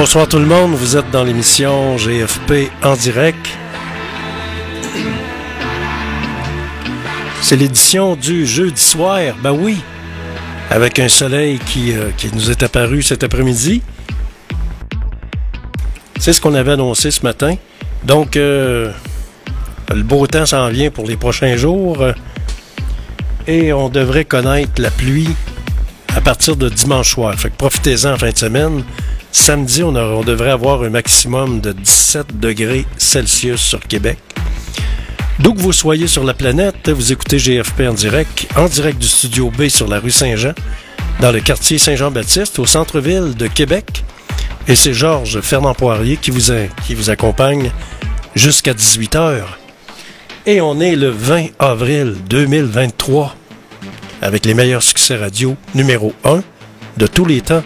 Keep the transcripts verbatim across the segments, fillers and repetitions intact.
Bonsoir tout le monde, vous êtes dans l'émission G F P en direct. C'est l'édition du jeudi soir, ben oui, avec un soleil qui, euh, qui nous est apparu cet après-midi. C'est ce qu'on avait annoncé ce matin. Donc, euh, le beau temps s'en vient pour les prochains jours. Et on devrait connaître la pluie à partir de dimanche soir. Fait que profitez-en en fin de semaine. Samedi, on, a, on devrait avoir un maximum de dix-sept degrés Celsius sur Québec. D'où que vous soyez sur la planète, vous écoutez G F P en direct, en direct du studio B sur la rue Saint-Jean, dans le quartier Saint-Jean-Baptiste, au centre-ville de Québec. Et c'est Georges Fernand Poirier qui vous, a, qui vous accompagne jusqu'à dix-huit heures. Et on est le vingt avril deux mille vingt-trois, avec les meilleurs succès radio numéro un de tous les temps.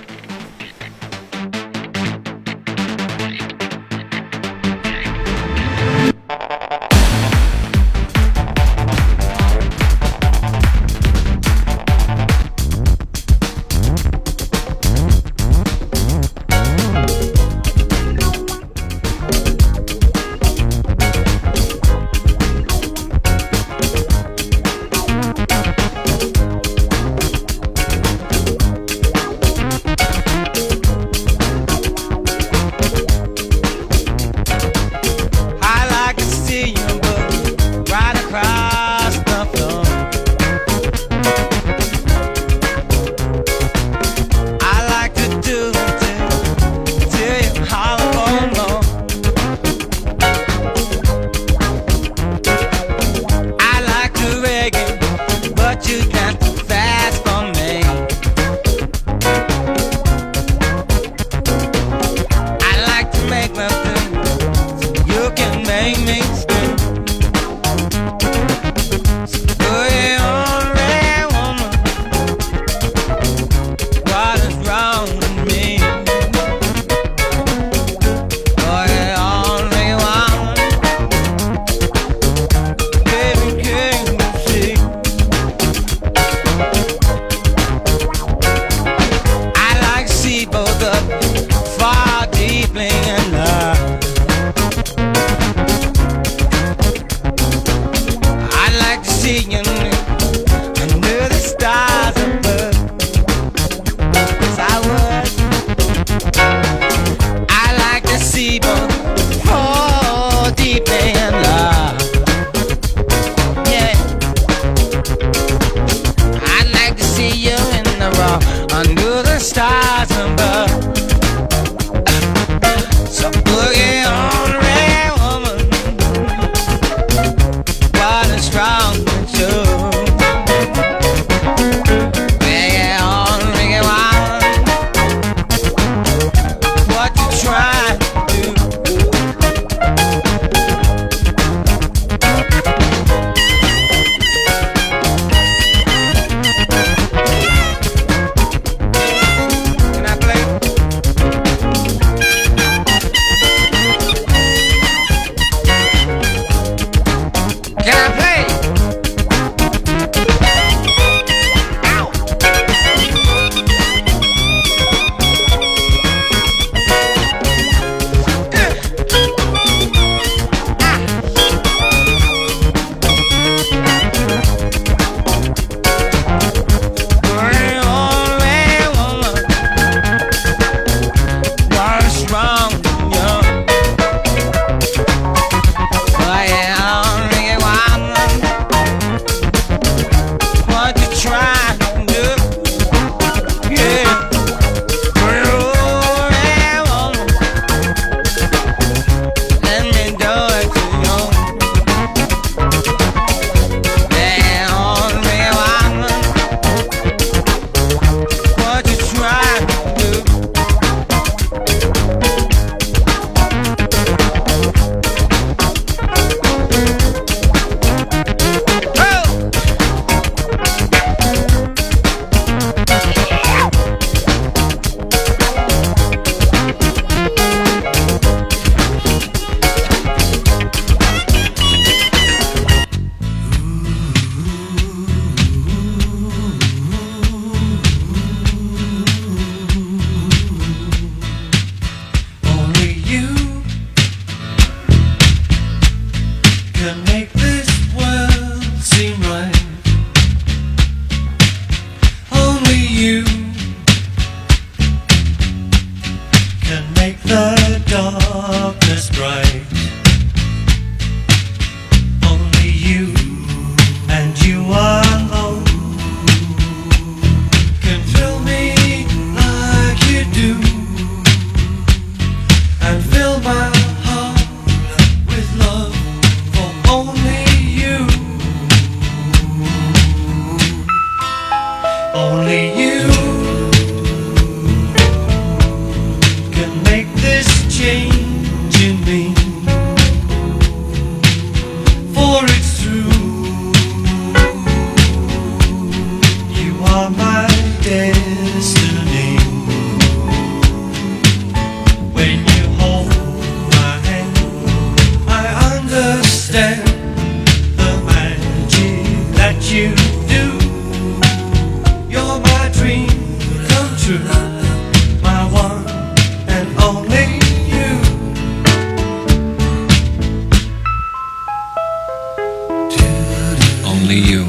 Only you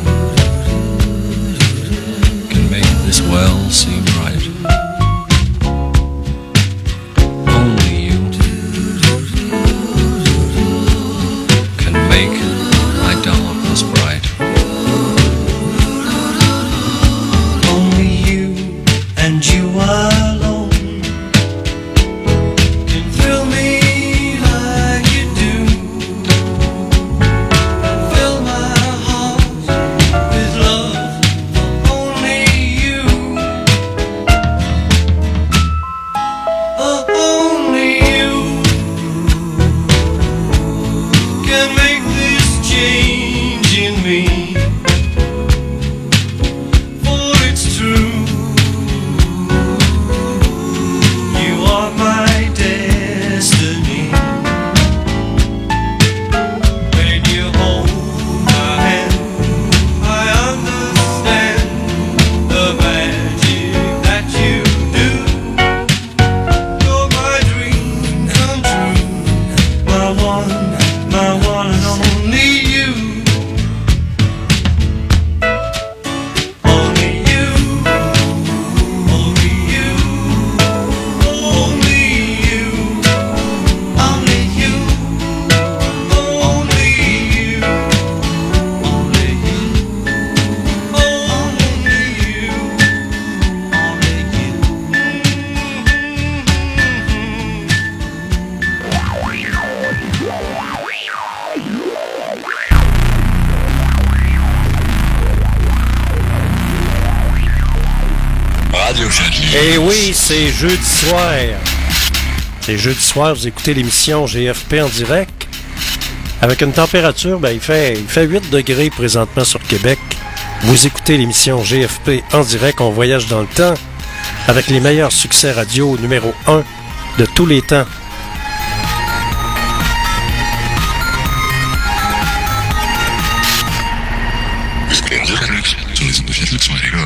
can make this well seem right. Only you can make my darkness bright. Only you and you alone can thrill me like you do. Fill my heart with love. Only you. Oh, only you can make this change in me. For it's true, you are my destiny. When you hold my hand, I understand the magic that you do. You're my dream come true, my one, my one and only you. Only you, only you, only you, only you, only you, only you, only Radio Châtelet. Eh oui, c'est jeudi soir. C'est jeudi soir, vous écoutez l'émission G F P en direct. Avec une température, ben, il fait, il fait huit degrés présentement sur Québec. Vous écoutez l'émission G F P en direct. On voyage dans le temps avec les meilleurs succès radio numéro un de tous les temps. Vous écoutez en direct sur les ondes de Châtelet sur les gars.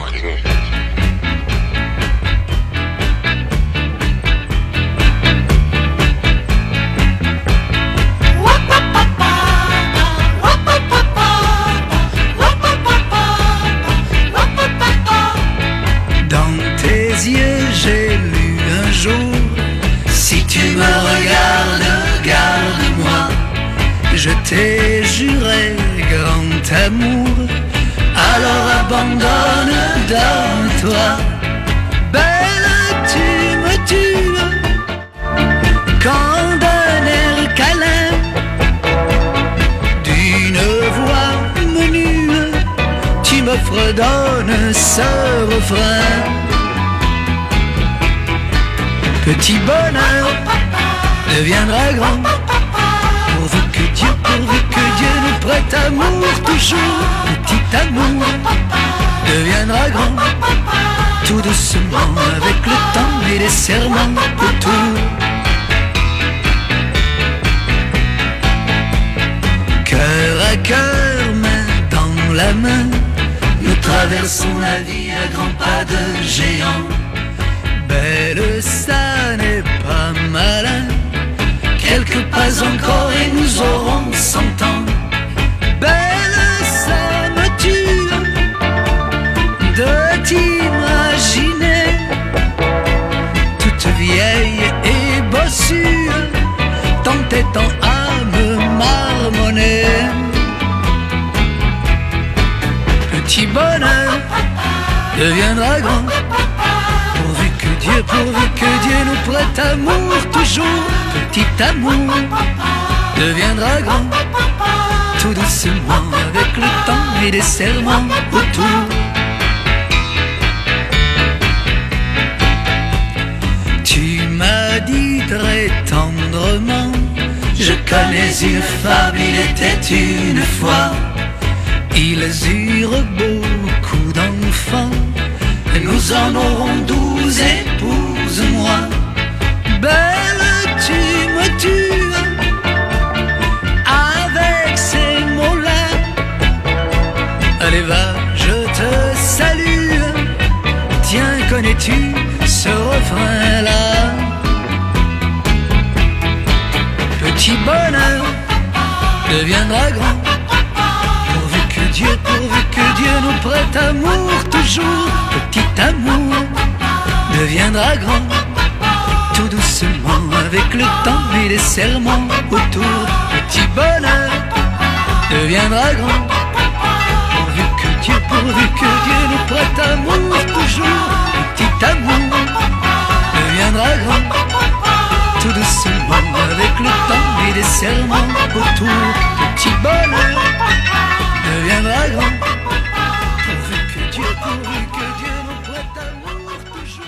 Dans tes yeux, j'ai lu un jour: si tu me regardes, garde-moi. Je t'ai juré grand amour, alors abandonne, donne-toi. Belle, tu me tues quand d'un air câlin, d'une voix menue, tu me fredonnes ce refrain. Petit bonheur deviendra grand, pourvu que Dieu, pourvu que Dieu nous prête amour toujours. Petit amour deviendra grand, tout doucement avec le temps et les serments autour. Cœur à cœur, main dans la main, nous traversons la vie à grands pas de géant. Belle, ça n'est pas malin, quelques pas encore et nous aurons cent ans. Belle, ça me tue de t'imaginer toute vieille et bossue, t'entêtant à me marmonner. Petit bonheur deviendra grand, pourvu que Dieu, pourvu que Dieu nous prête amour toujours. Petit amour deviendra grand, tout doucement avec le temps et des serments autour. Tu m'as dit très tendrement: je connais une femme, il était une fois. Ils eurent beaucoup d'enfants, et nous en aurons douze, épouse-moi. Belle, tu me tues avec ces mots-là. Allez va, je te salue. Tiens, connais-tu ce refrain-là? Petit bonheur deviendra grand, pourvu que Dieu, pourvu que Dieu nous prête amour toujours. Petit amour deviendra grand, tout doucement avec le temps et les serments autour. Petit bonheur deviendra grand, pourvu que Dieu, pourvu que Dieu nous prête amour toujours. Petit amour deviendra grand, tout doucement avec le temps et les serments autour. Petit bonheur deviendra grand, pourvu que Dieu, pourvu que Dieu nous prête amour toujours.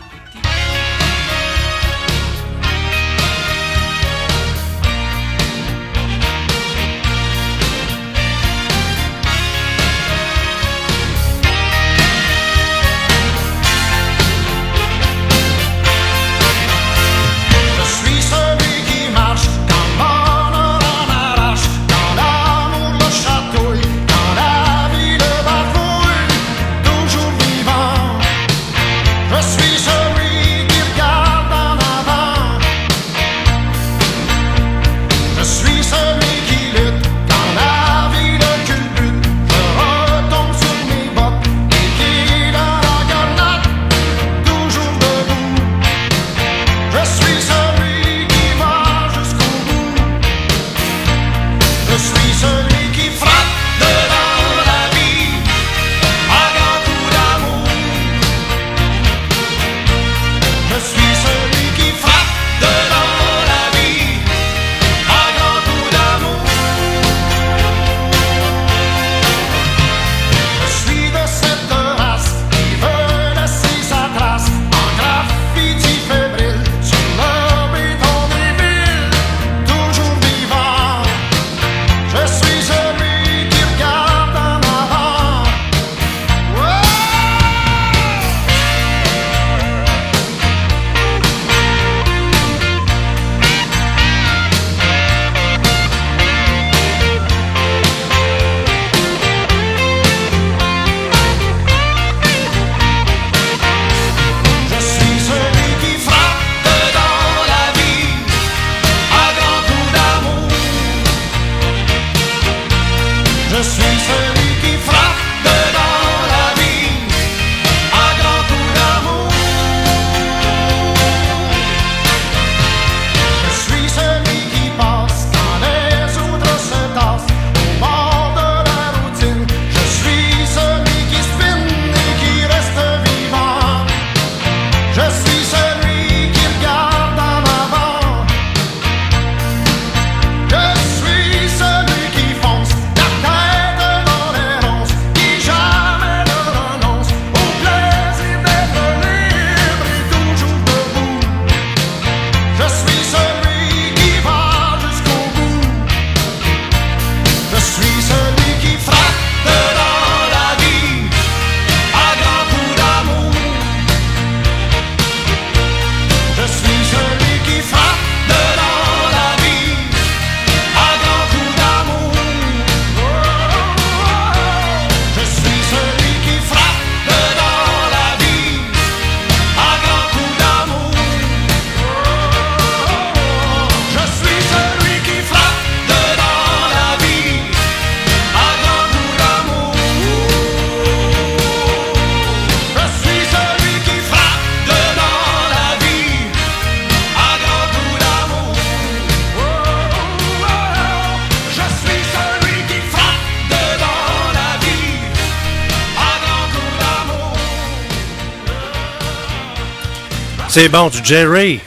C'est bon, du Jerry.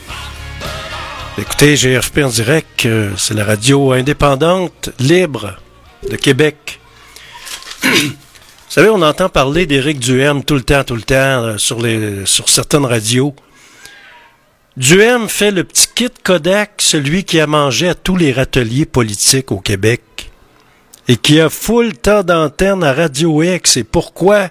Écoutez, G F P en direct, euh, c'est la radio indépendante, libre de Québec. Vous savez, on entend parler d'Éric Duhem tout le temps, tout le temps, euh, sur, les, sur certaines radios. Duhem fait le petit kit Kodak, celui qui a mangé à tous les râteliers politiques au Québec et qui a full temps d'antenne à Radio X. Et pourquoi?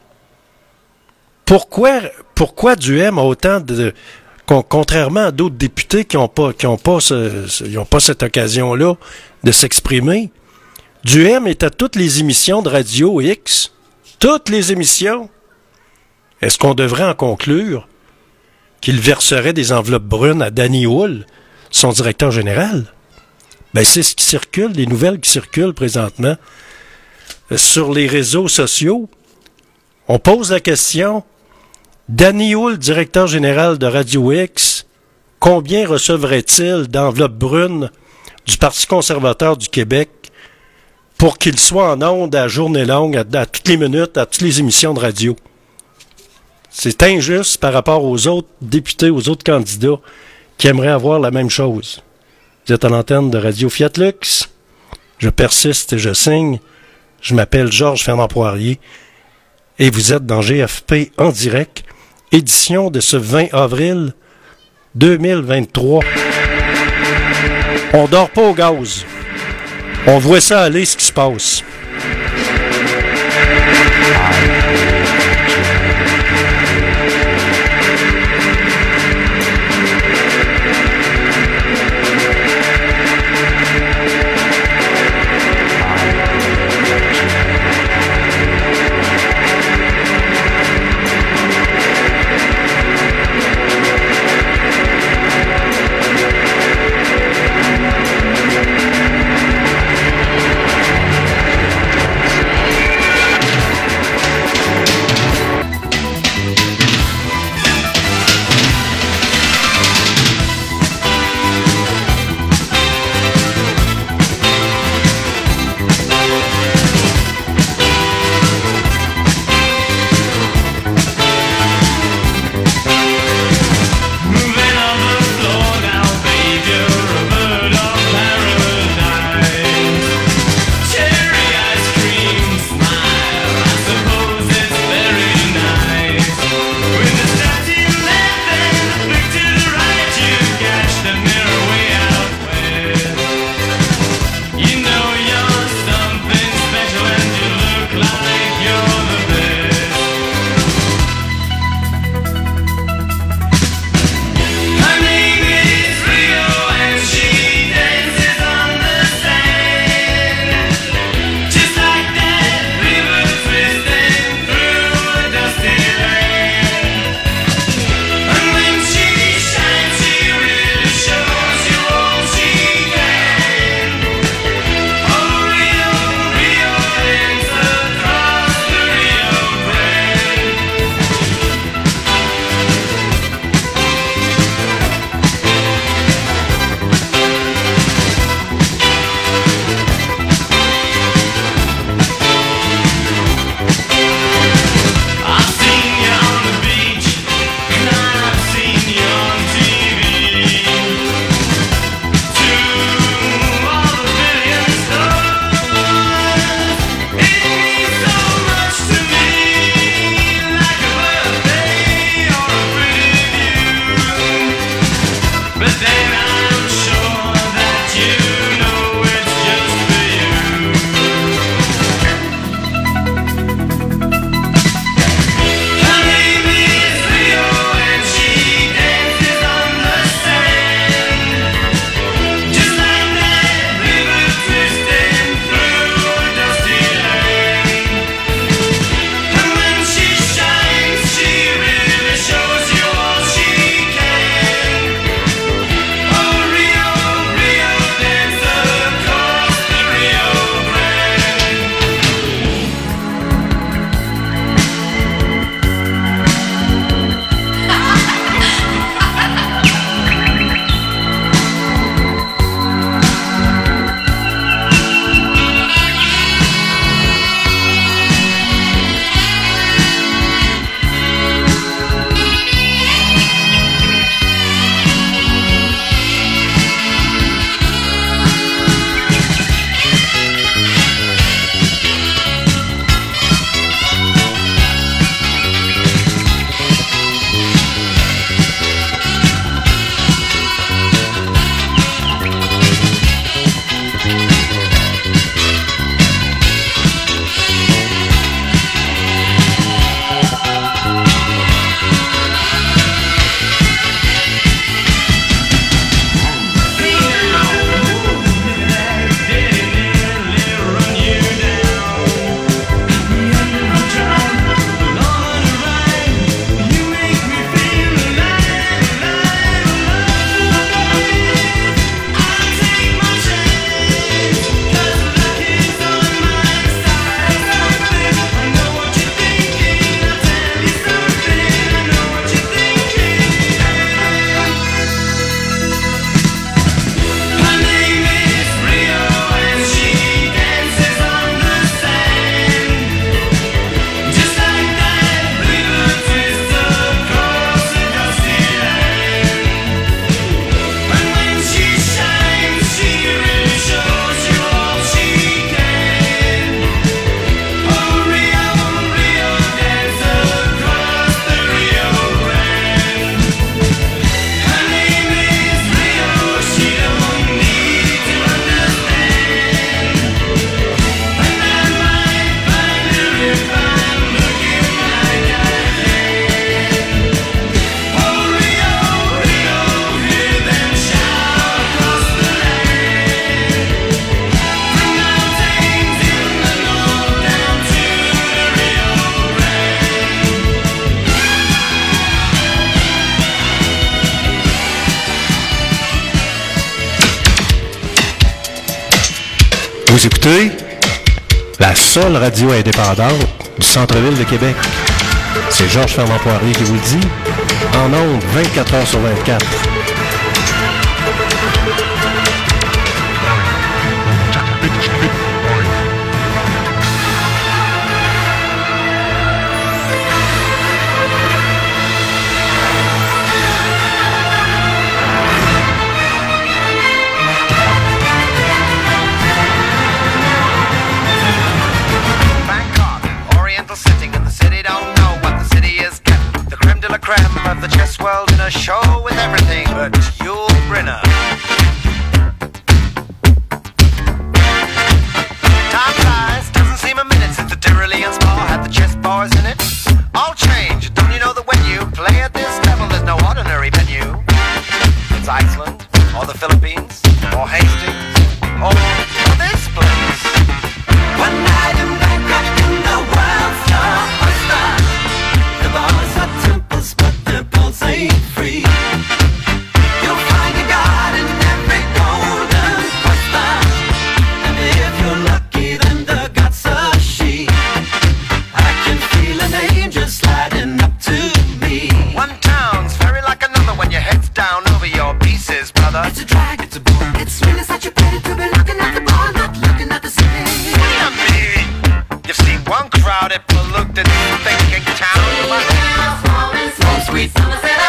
Pourquoi, pourquoi Duhem a autant de... Contrairement à d'autres députés qui n'ont pas, qui ont pas, ce, ce, ils ont pas cette occasion-là de s'exprimer, Duhem est à toutes les émissions de Radio X. Toutes les émissions. Est-ce qu'on devrait en conclure qu'il verserait des enveloppes brunes à Danny Hull, son directeur général? Ben, c'est ce qui circule, les nouvelles qui circulent présentement sur les réseaux sociaux. On pose la question, Danny Hull, directeur général de Radio X, combien recevrait-il d'enveloppes brunes du Parti conservateur du Québec pour qu'il soit en ondes à journée longue, à, à toutes les minutes, à toutes les émissions de radio? C'est injuste par rapport aux autres députés, aux autres candidats qui aimeraient avoir la même chose. Vous êtes à l'antenne de Radio Fiat Lux. Je persiste et je signe. Je m'appelle Georges Fernand Poirier et vous êtes dans G F P en direct, édition de ce vingt avril deux mille vingt-trois. On dort pas au gaz. On voit ça aller, ce qui se passe. Vous écoutez la seule radio indépendante du centre-ville de Québec. C'est Georges Fernand-Poirier qui vous le dit, en ondes vingt-quatre heures sur vingt-quatre. Creme of the chess world in a show with everything but Yul Brynner. Time flies, doesn't seem a minute since the Tyrolean spa had the chess bars in it. All change, don't you know that when you play at this level, there's no ordinary venue? It's Iceland, or the Philippines, or Hastings, or this place. One night in Bangkok in the world's your oyster. The bars are temples, but the pulse ain't free. You'll find a god in every golden oyster, and if you're lucky, then the god's a she. I can feel an angel sliding up to me. One town's very like another when your head's down over your pieces, brother. It's a drag, it's a bore. It's really such a pity to be looking at the bar, not looking at the city. What do you mean? You've seen one crowded, polluted, thinking town. Sweet.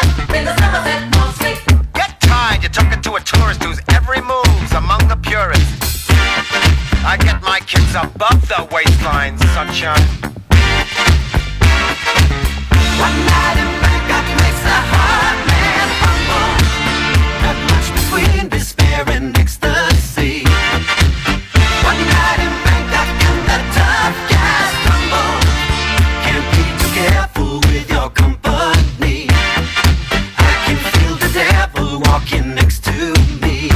Get tired, you're talking to a tourist whose every move's among the purists. I get my kids above the waistline, sunshine. One night in Bangkok makes a hard man humble. Not much between despair and ecstasy. One night in Bangkok and the tough guys tumble. Can't be too careful with your company. Walking next to me.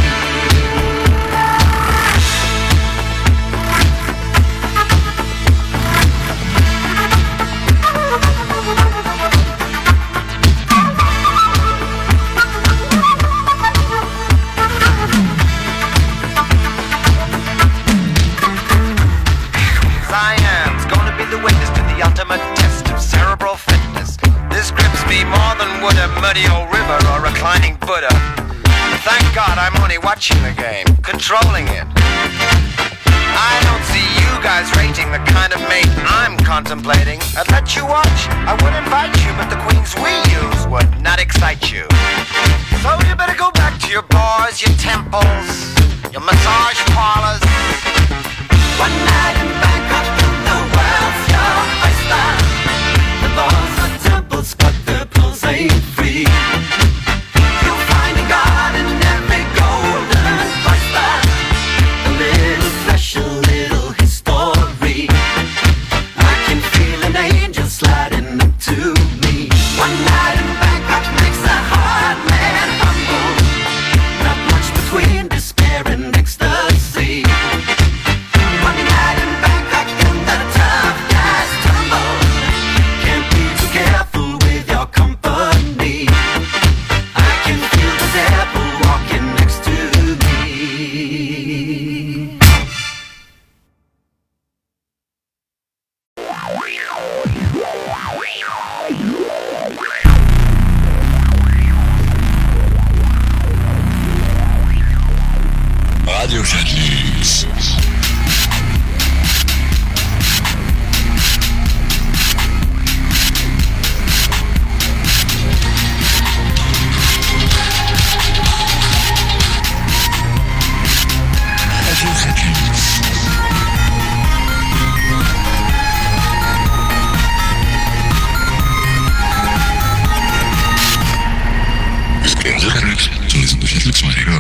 Siam's gonna be the witness to the ultimate test of cerebral fitness. This grips me more than would a muddy old river or reclining Buddha. Thank God I'm only watching the game, controlling it. I don't see you guys rating the kind of mate I'm contemplating. I'd let you watch, I would invite you, but the queens we use would not excite you. So you better go back to your bars, your temples, your massage parlors. One night in Bangkok, the world's your oyster. The bars are temples, but the pulse ain't free. You'll find a god in every golden oyster. A little flesh, a little history. I can feel an angel sliding up to me. One night in Bangkok makes a hard man humble. Not much between despair and ecstasy. One night in Bangkok and the tough guys tumble. Can't be too careful with your company. I can feel the devil walking next to me. Radio Fenix. Radio Fenix. Radio Fenix. Sur les ondes de Fiat Luxon et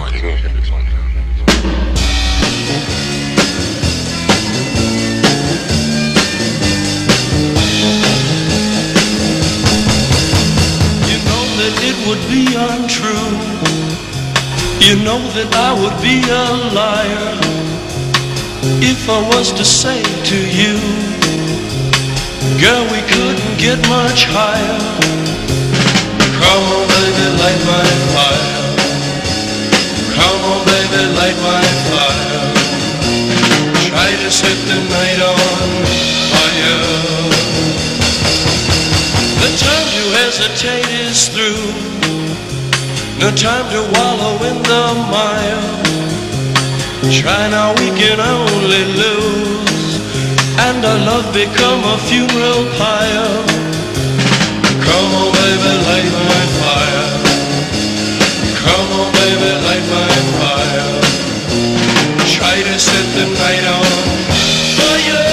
It would be untrue. You know that I would be a liar if I was to say to you, girl, we couldn't get much higher. Come on, baby, light my fire. Come on, baby, light my fire. No time to wallow in the mire. Try now, we can only lose, and our love become a funeral pyre. Come on, baby, light my fire. Come on, baby, light my fire. Try to set the night on fire.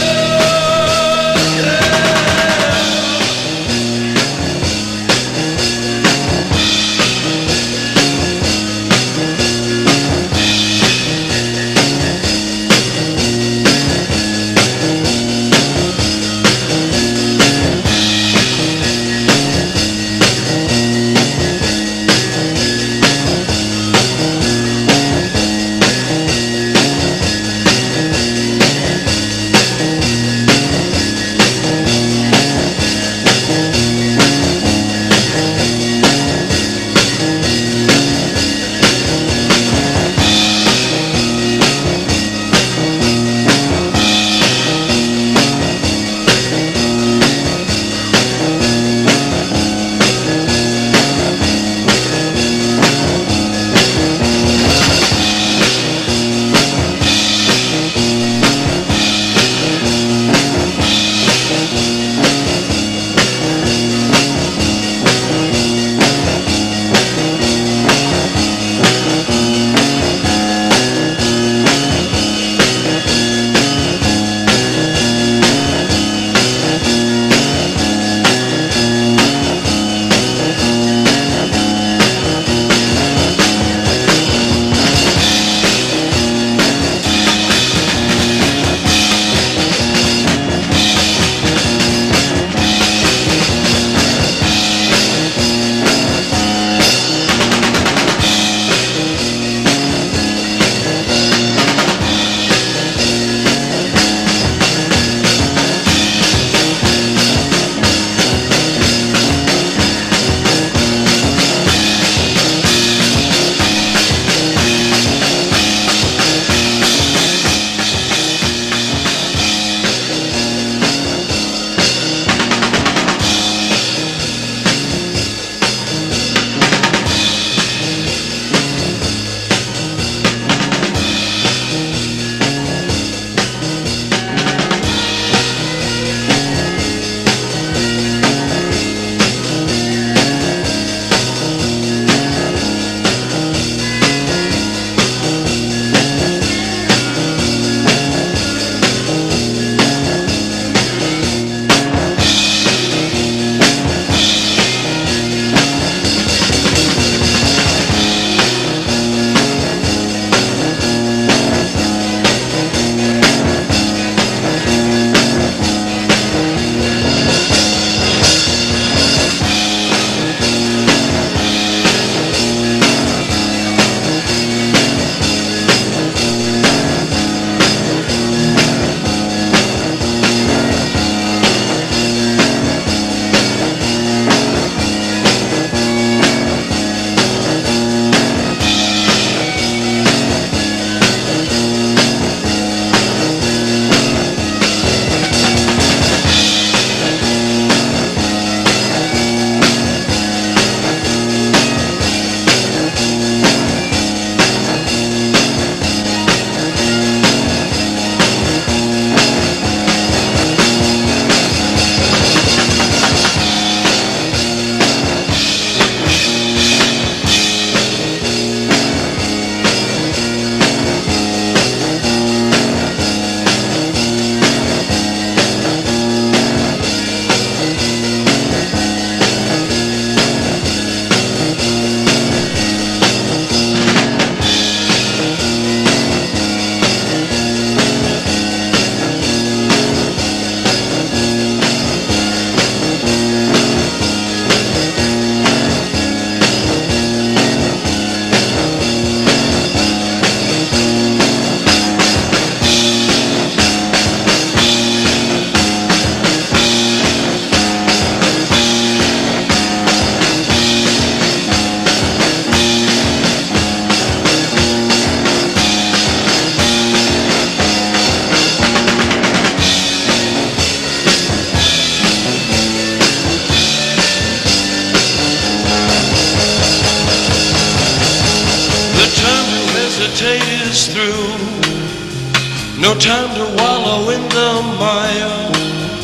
No time to wallow in the mire.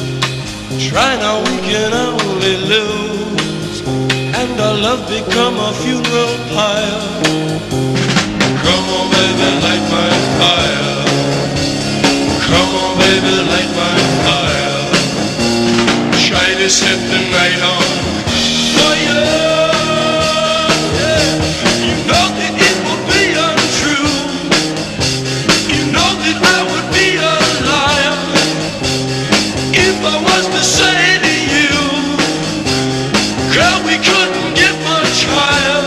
Try now, we can only lose, and our love become a funeral pyre. Come on, baby, light my fire. Come on, baby, light my fire. Try to set the night on fire. Yeah. You know that it will be untrue. You know that I would be a liar if I was to say to you, girl, we couldn't get much higher.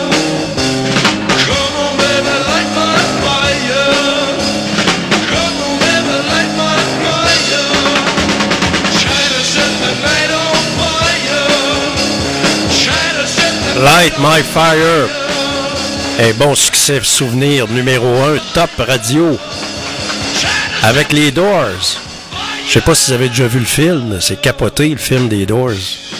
Come on, baby, light my fire. Come on, baby, light my fire. Try to set the night on fire. Try to set the Light My Fire. Un bon succès souvenir numéro un, Top Radio. Avec les Doors. Je sais pas si vous avez déjà vu le film. C'est capoté, le film des Doors.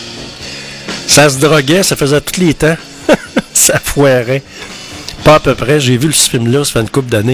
Ça se droguait, ça faisait tous les temps. Ça foirait. Pas à peu près. J'ai vu ce film-là, ça fait une couple d'années.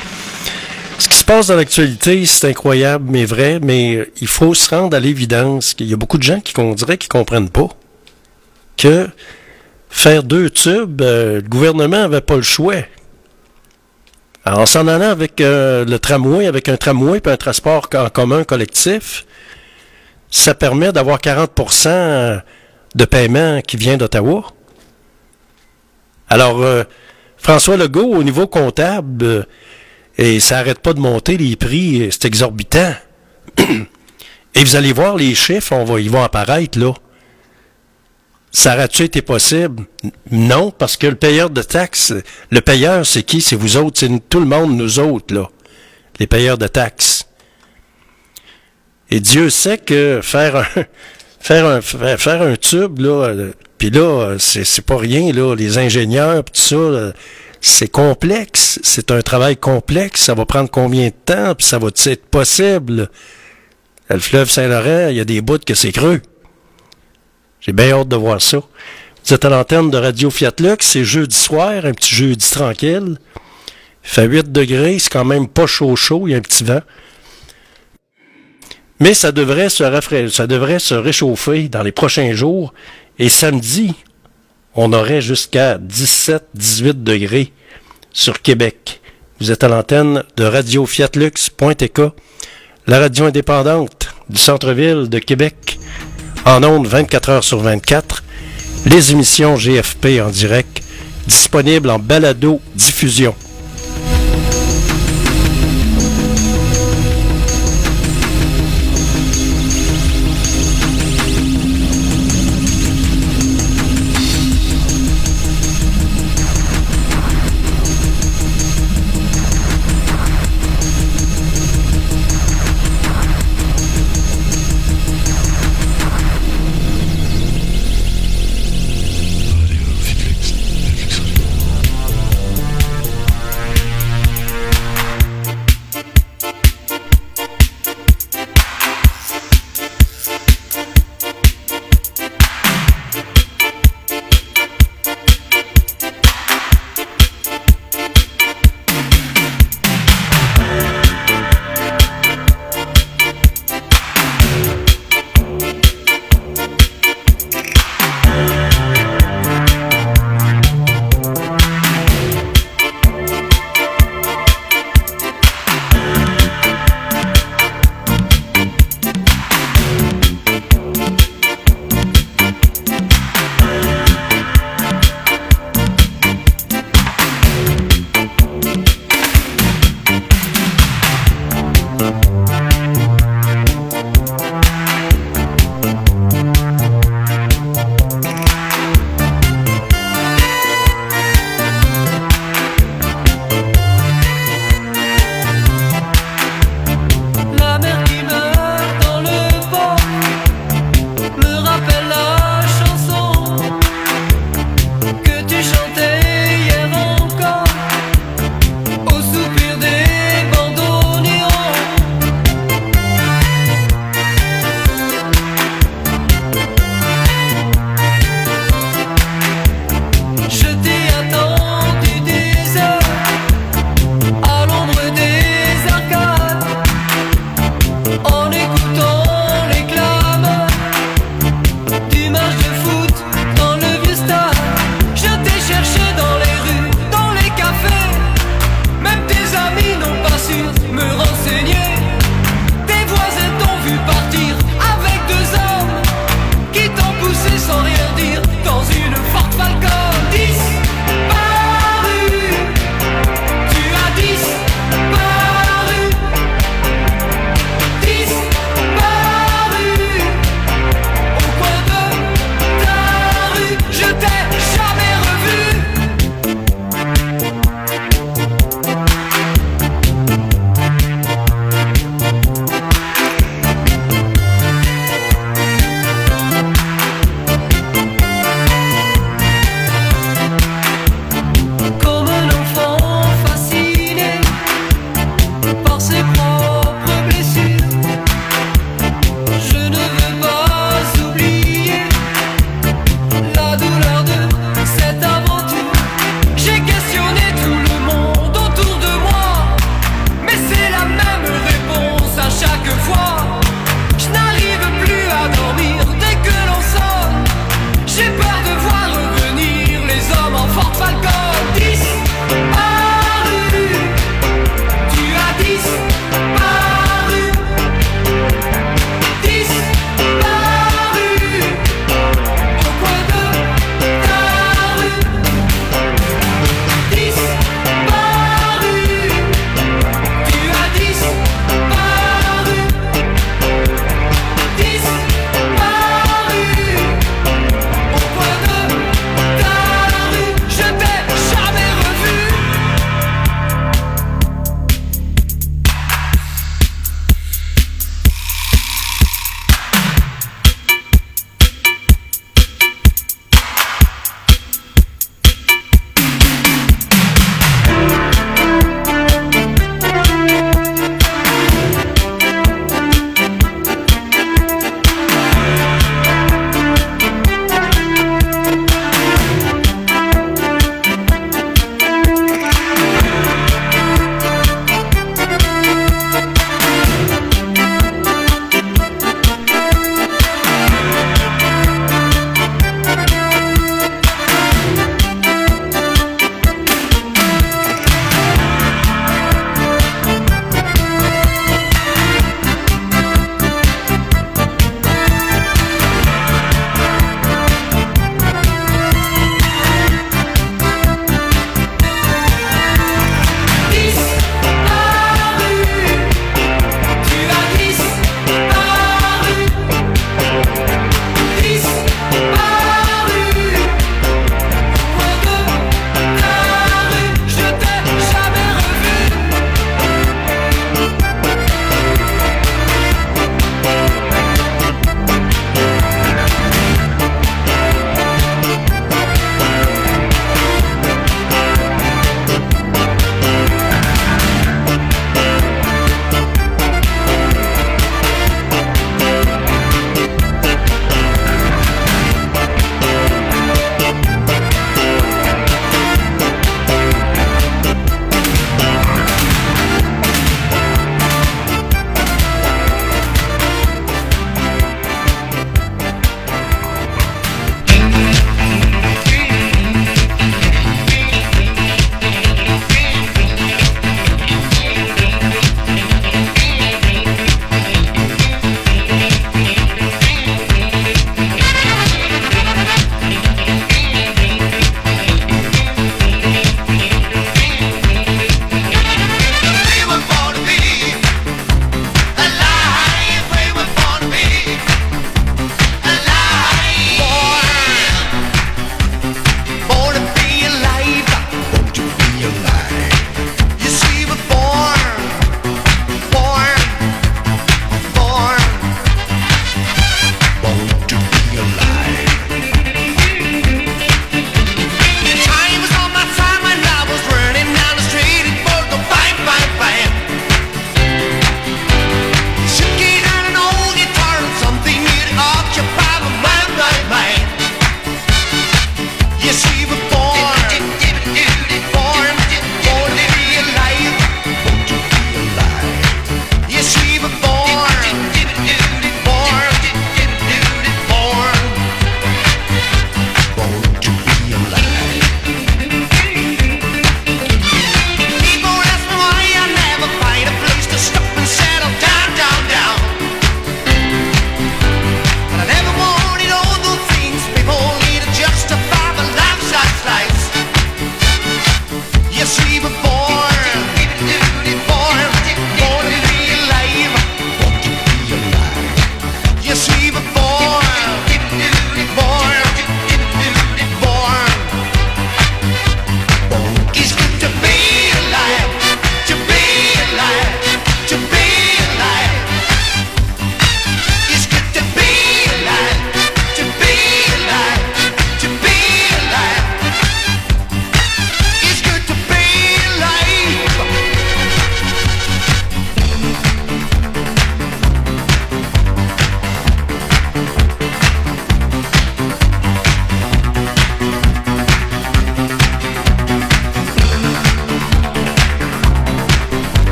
Ce qui se passe dans l'actualité, c'est incroyable, mais vrai. Mais il faut se rendre à l'évidence qu'il y a beaucoup de gens qui, on dirait, qui comprennent pas que faire deux tubes, euh, le gouvernement n'avait pas le choix. Alors, en s'en allant avec euh, le tramway, avec un tramway et un transport en commun collectif, ça permet d'avoir quarante pour cent de paiement qui vient d'Ottawa. Alors, euh, François Legault, au niveau comptable, euh, et ça n'arrête pas de monter, les prix, c'est exorbitant. Et vous allez voir les chiffres, on va, ils vont apparaître, là. Ça aurait-tu été possible? Non, parce que le payeur de taxes, le payeur, c'est qui? C'est vous autres, c'est tout le monde, nous autres, là. Les payeurs de taxes. Et Dieu sait que faire un, faire un, faire, faire un tube, là, puis là, c'est, c'est pas rien, là, les ingénieurs, pis tout ça, là, c'est complexe, c'est un travail complexe, ça va prendre combien de temps, puis ça va être possible? Le fleuve Saint-Laurent, il y a des bouts que c'est creux. J'ai bien hâte de voir ça. Vous êtes à l'antenne de Radio Fiat Lux, c'est jeudi soir, un petit jeudi tranquille. Il fait huit degrés, c'est quand même pas chaud chaud, il y a un petit vent. Mais ça devrait se rafra... ça devrait se réchauffer dans les prochains jours. Et samedi, on aurait jusqu'à dix-sept à dix-huit degrés sur Québec. Vous êtes à l'antenne de Radio Fiat Lux point T K, la radio indépendante du centre-ville de Québec, en ondes vingt-quatre heures sur vingt-quatre. Les émissions G F P en direct, disponibles en balado-diffusion.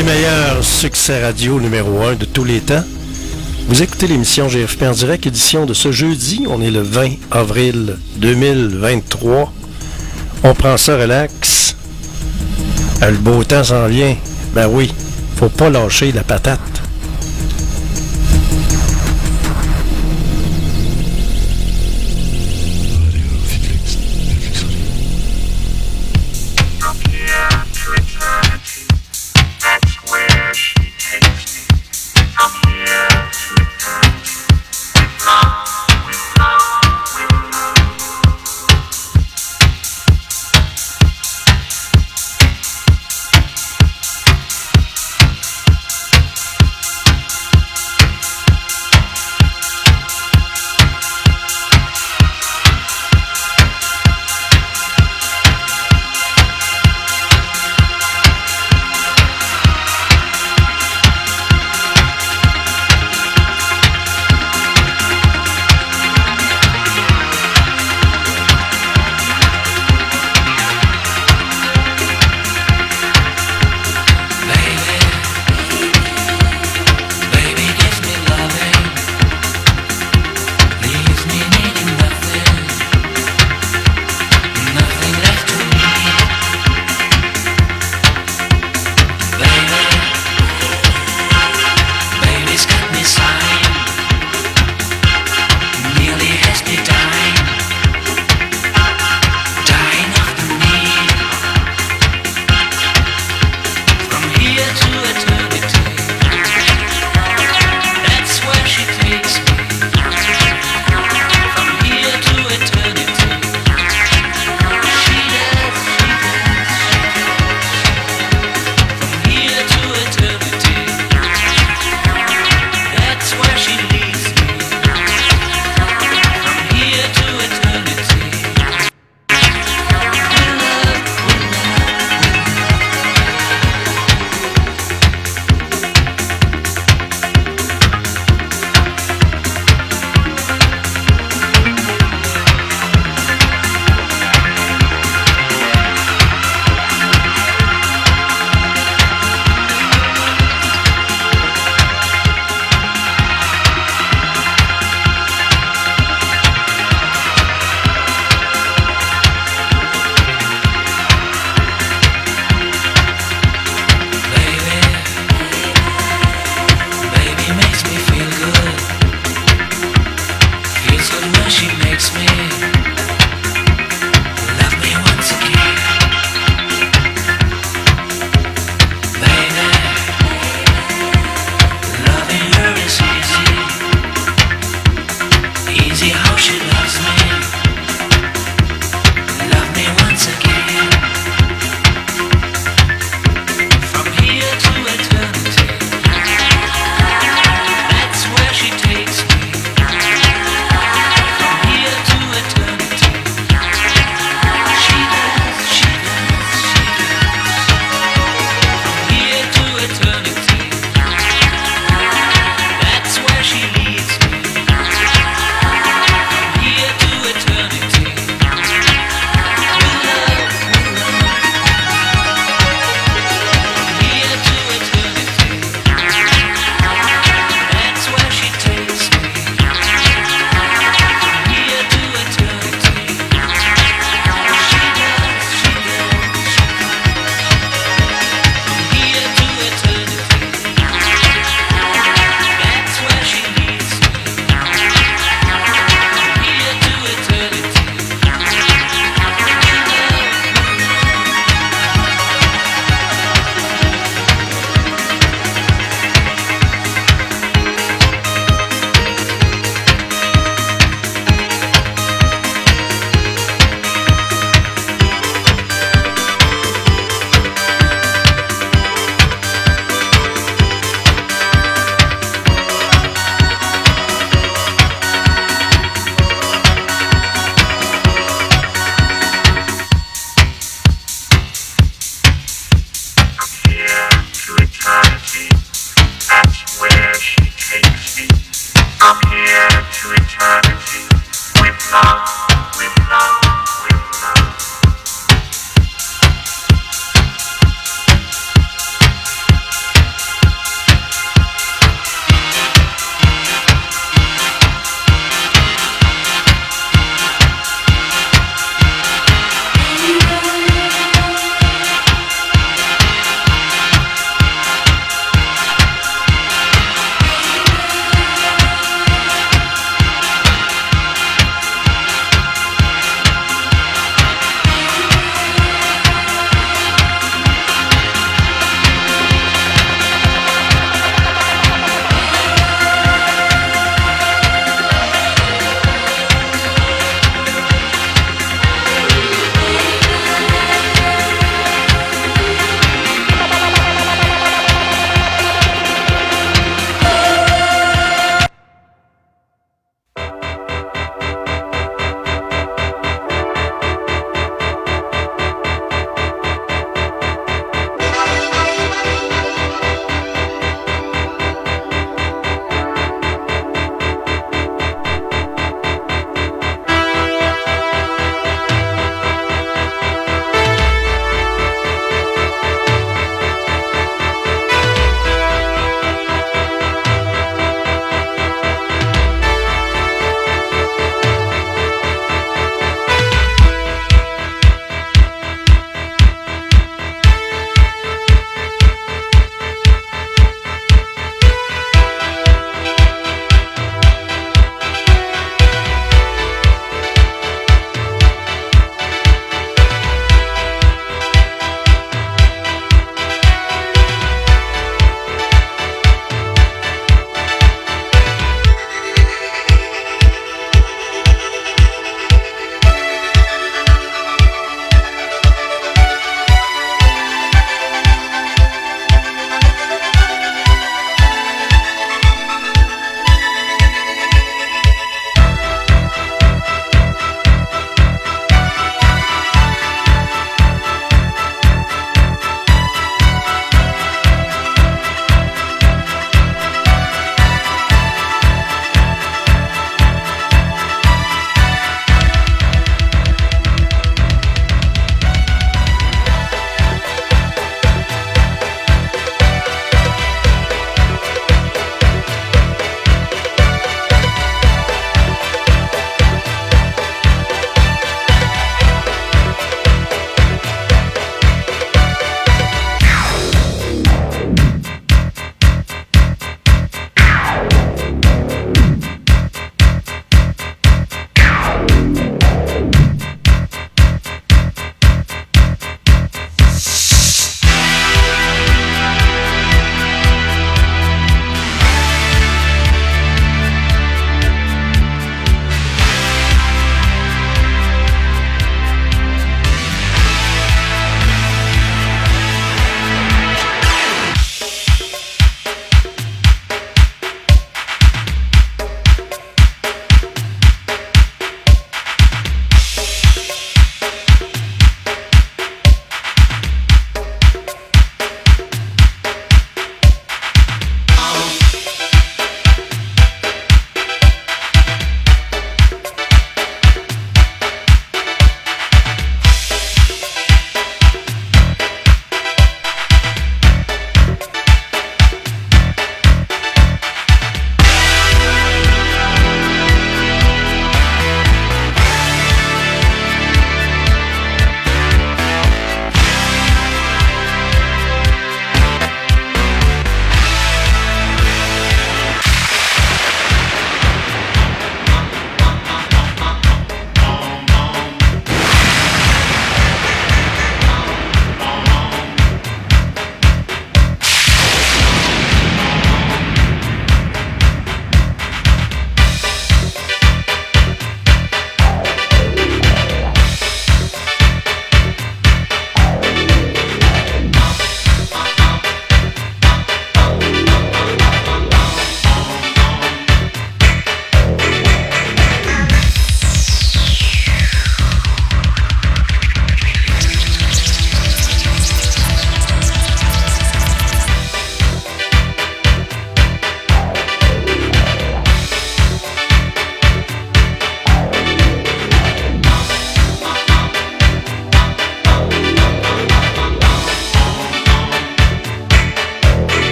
les meilleurs succès radio numéro un de tous les temps. Vous écoutez l'émission G F P en direct, édition de ce jeudi. On est le vingt avril deux mille vingt-trois. On prend ça relax. Le beau temps s'en vient. Ben oui, faut pas lâcher la patate.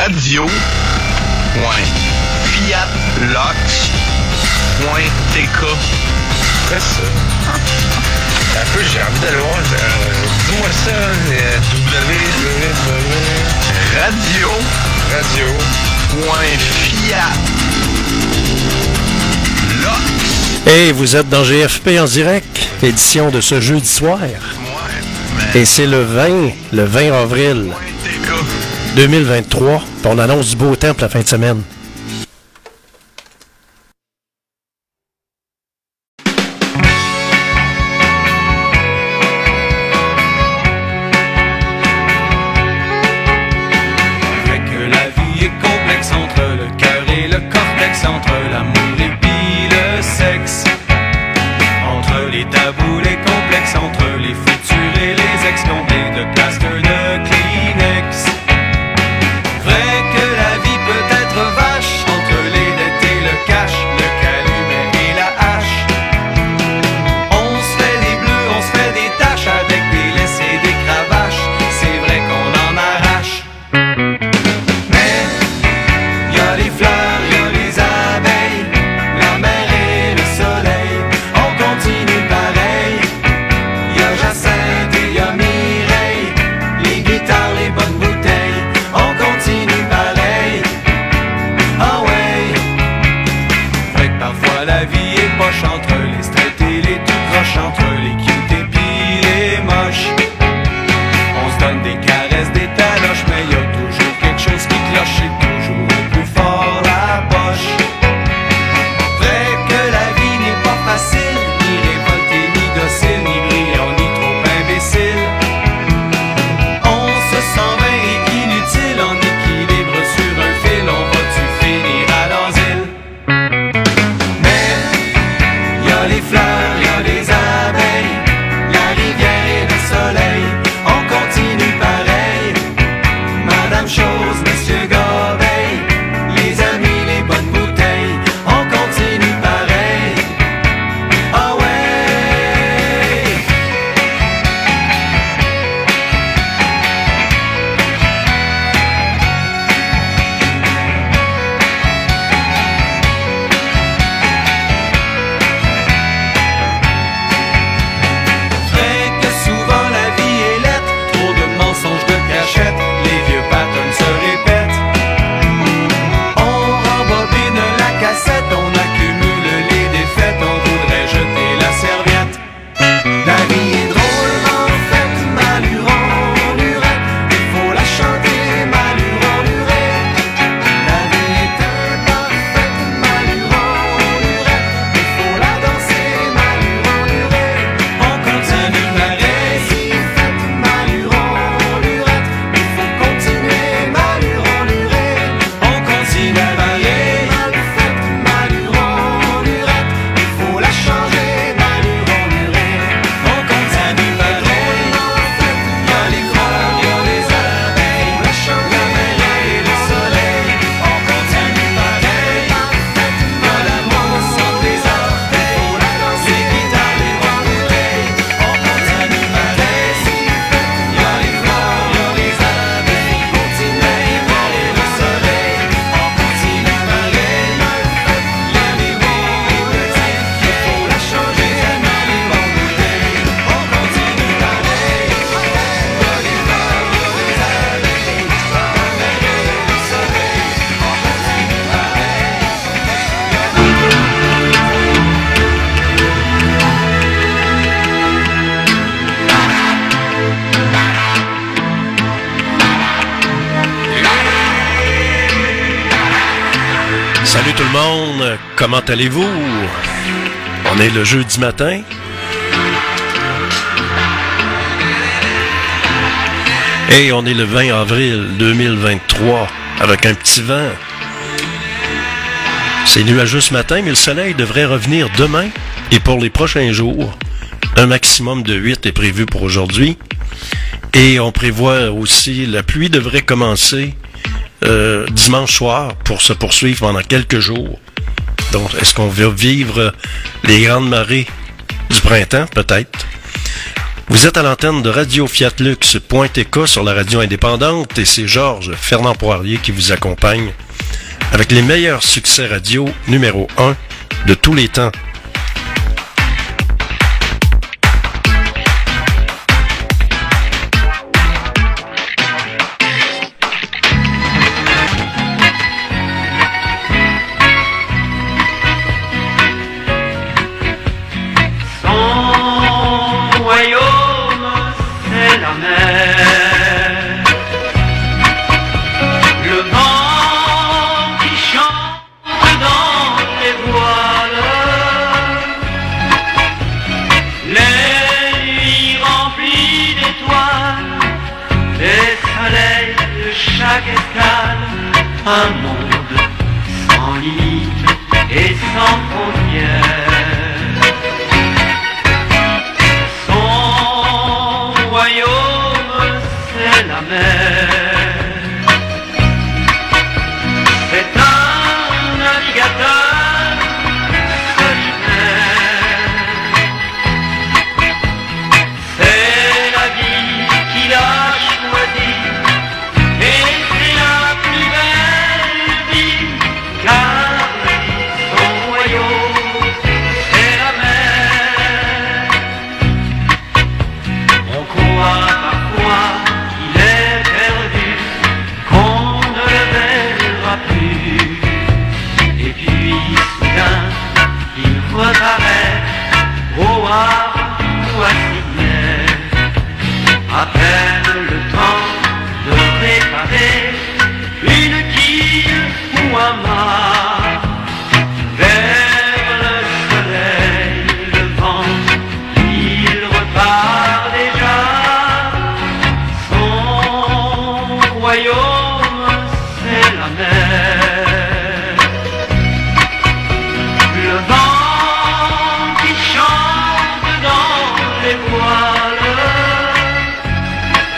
radio point fiat lox point t k. Quoi ça? Un peu, j'ai envie d'aller voir. Euh, dis-moi ça, euh, W W W. Radio. Radio. Point fiat lox. Et vous êtes dans G F P en direct, édition de ce jeudi soir. Ouais, mais... Et c'est le vingt, le vingt avril deux mille vingt-trois. On annonce du beau temps pour la fin de semaine. Comment allez-vous? On est le jeudi matin. Et on est le vingt avril deux mille vingt-trois avec un petit vent. C'est nuageux ce matin, mais le soleil devrait revenir demain et pour les prochains jours. Un maximum de huit est prévu pour aujourd'hui. Et on prévoit aussi, la pluie devrait commencer euh, dimanche soir pour se poursuivre pendant quelques jours. Donc, est-ce qu'on va vivre les grandes marées du printemps? Peut-être. Vous êtes à l'antenne de Radio Fiat Lux point T K sur la radio indépendante et c'est Georges Fernand Poirier qui vous accompagne avec les meilleurs succès radio numéro un de tous les temps. Un monde sans limite et sans frontières. Son royaume, c'est la mer. C'est un navigateur solitaire. C'est la vie qu'il a choisie. À peine le temps de réparer une quille ou un mât. Vers le soleil levant, il repart déjà. Son royaume, c'est la mer. Le vent qui chante dans les voiles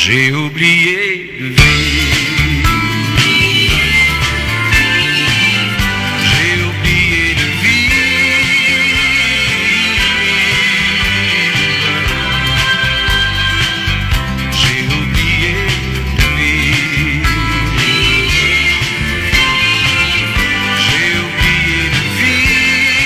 j'ai oublié de vivre. J'ai oublié de vivre. J'ai oublié de vivre. J'ai oublié de vivre.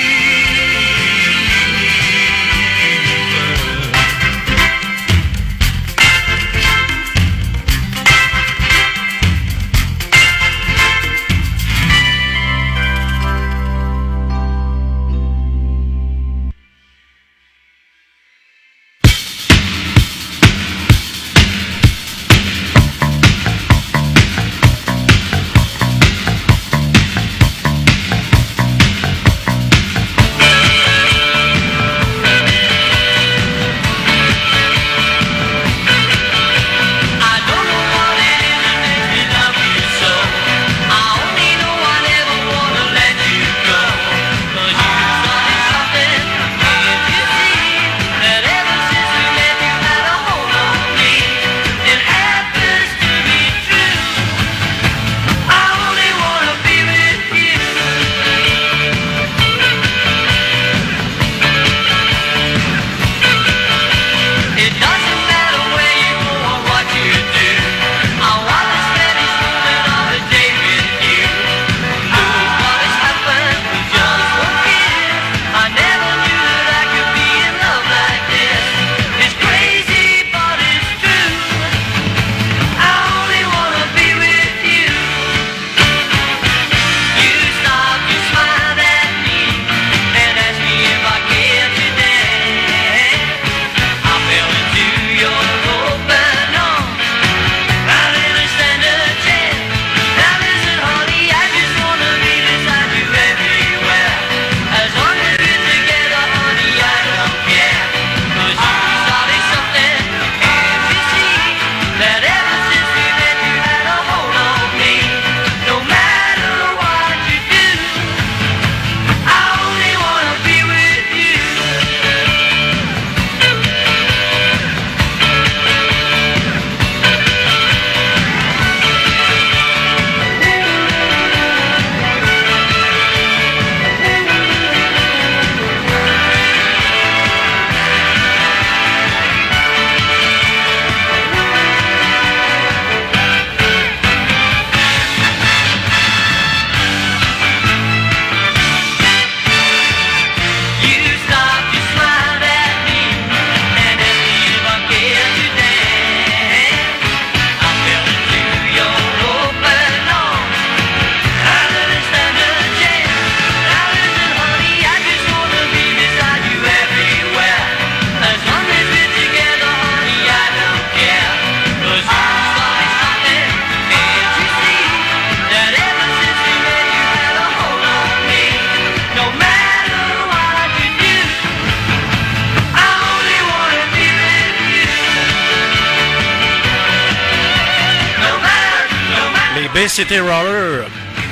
City Roller.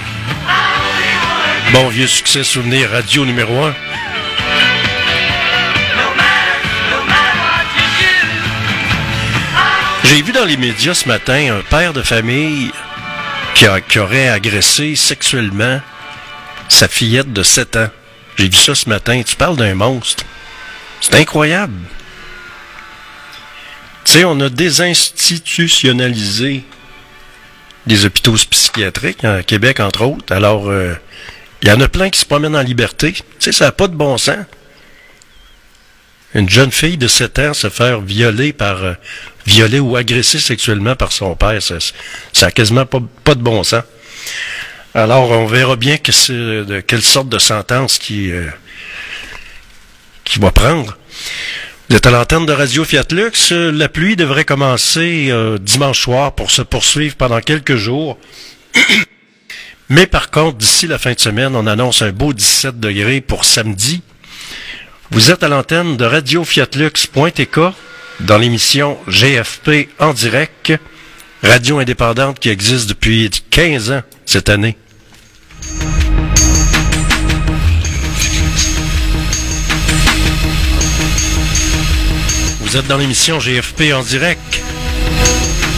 Bon vieux succès souvenir radio numéro un. J'ai vu dans les médias ce matin un père de famille qui, a, qui aurait agressé sexuellement sa fillette de sept ans. J'ai vu ça ce matin. Tu parles d'un monstre. C'est incroyable. Tu sais, on a désinstitutionnalisé des hôpitaux psychiatriques, à Québec, entre autres. Alors, il euh, y en a plein qui se promènent en liberté. Tu sais, ça n'a pas de bon sens. Une jeune fille de sept ans se faire violer par... Euh, violer ou agresser sexuellement par son père, ça n'a quasiment pas, pas de bon sens. Alors, on verra bien que c'est de quelle sorte de sentence qui, euh, qui va prendre. Vous êtes à l'antenne de Radio Fiat Lux. La pluie devrait commencer euh, dimanche soir pour se poursuivre pendant quelques jours. Mais par contre, d'ici la fin de semaine, on annonce un beau dix-sept degrés pour samedi. Vous êtes à l'antenne de Radio Fiat Lux point T K dans l'émission G F P en direct, radio indépendante qui existe depuis quinze ans cette année. Vous êtes dans l'émission G F P en direct.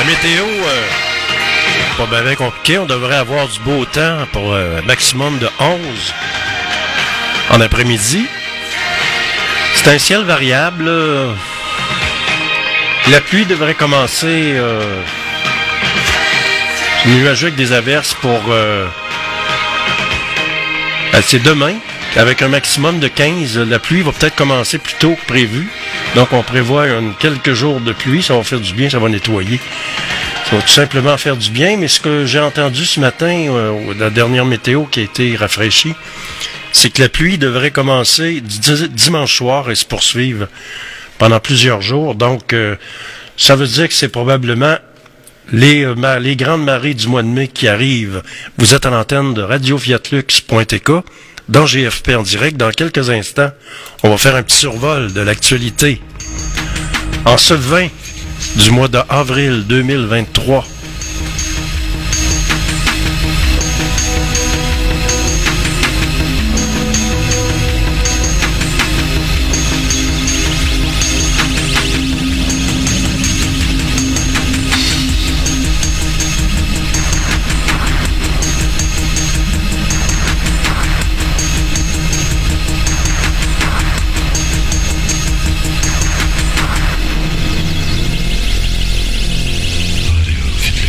météo, euh, pas bien compliqué. On devrait avoir du beau temps pour euh, un maximum de onze en après-midi. C'est un ciel variable. Là. La pluie devrait commencer euh, nuageux avec des averses pour... Euh, c'est demain, avec un maximum de quinze. La pluie va peut-être commencer plus tôt que prévu. Donc, on prévoit un, quelques jours de pluie. Ça va faire du bien, ça va nettoyer. Ça va tout simplement faire du bien. Mais ce que j'ai entendu ce matin, euh, la dernière météo qui a été rafraîchie, c'est que la pluie devrait commencer d- dimanche soir et se poursuivre pendant plusieurs jours. Donc, euh, ça veut dire que c'est probablement les, euh, ma- les grandes marées du mois de mai qui arrivent. Vous êtes à l'antenne de radio fiat lux point t k dans G F P en direct. Dans quelques instants, on va faire un petit survol de l'actualité. En ce vingt du mois d'avril deux mille vingt-trois, Radio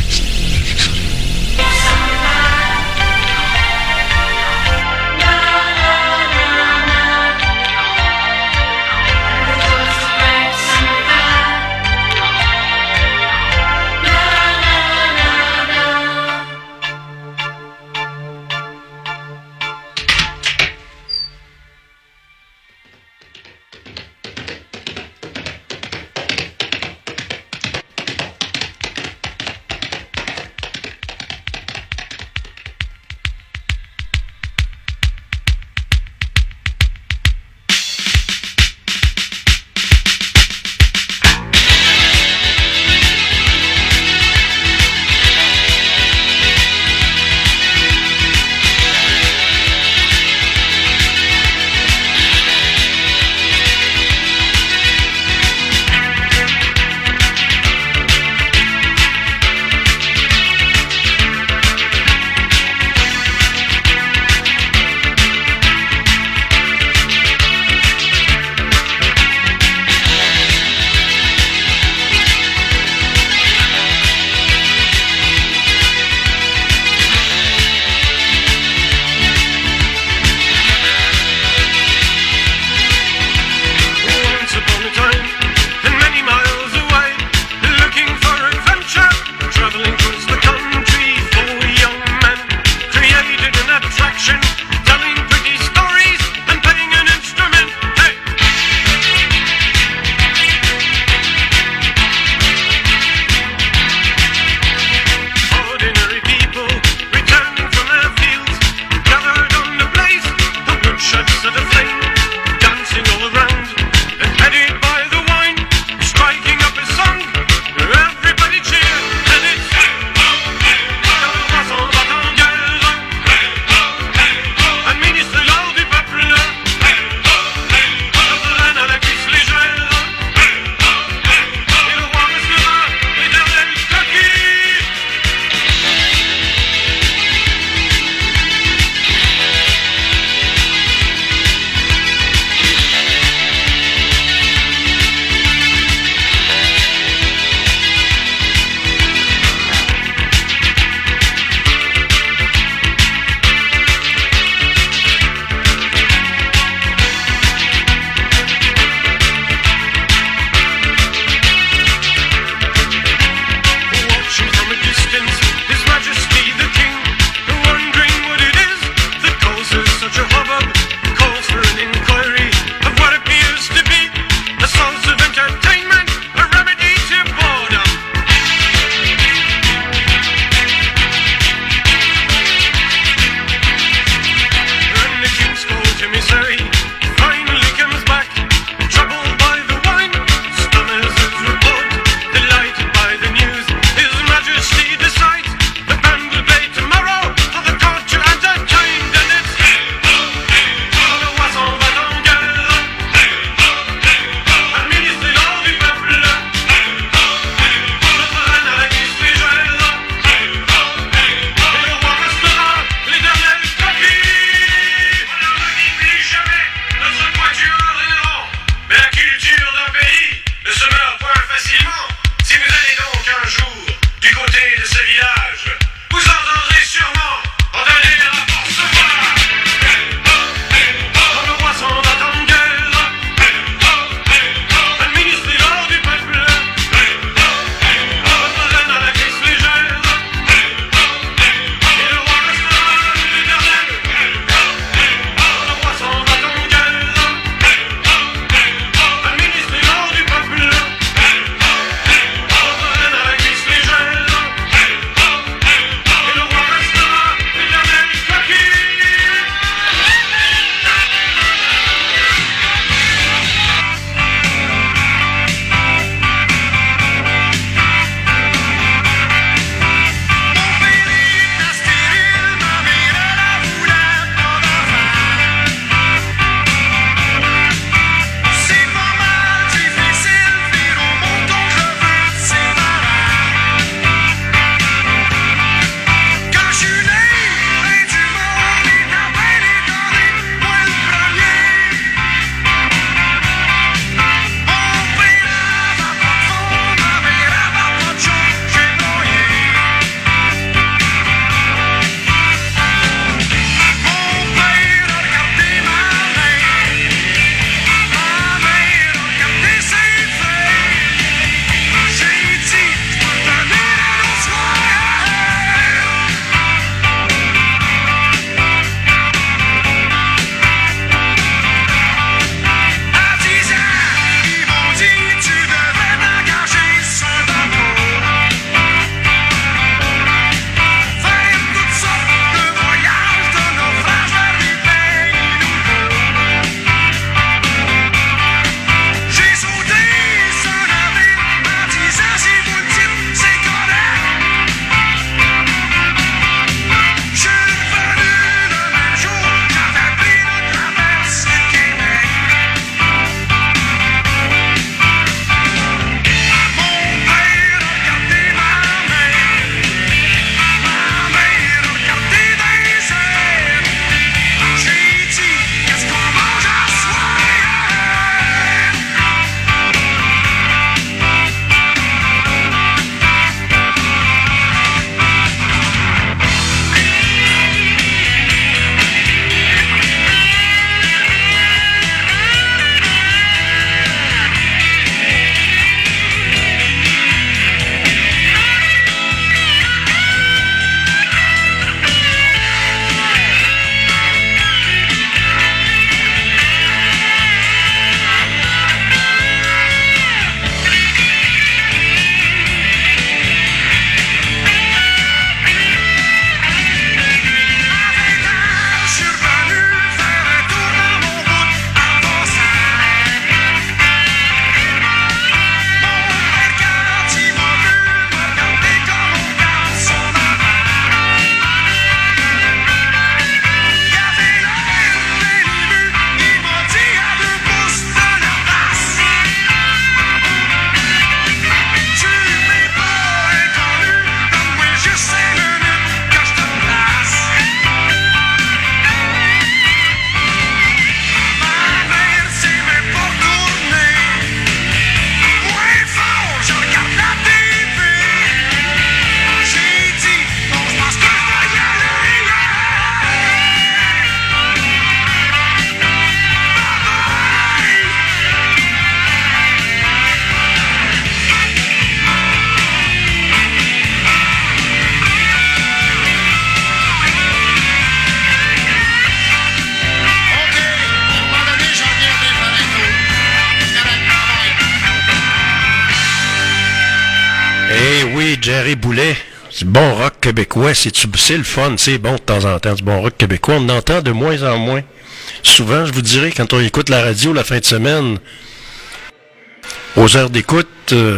Jerry Boulet. Du bon rock québécois, c'est, c'est le fun, c'est bon de temps en temps, du bon rock québécois. On en entend de moins en moins. Souvent, je vous dirais, quand on écoute la radio la fin de semaine, aux heures d'écoute, euh,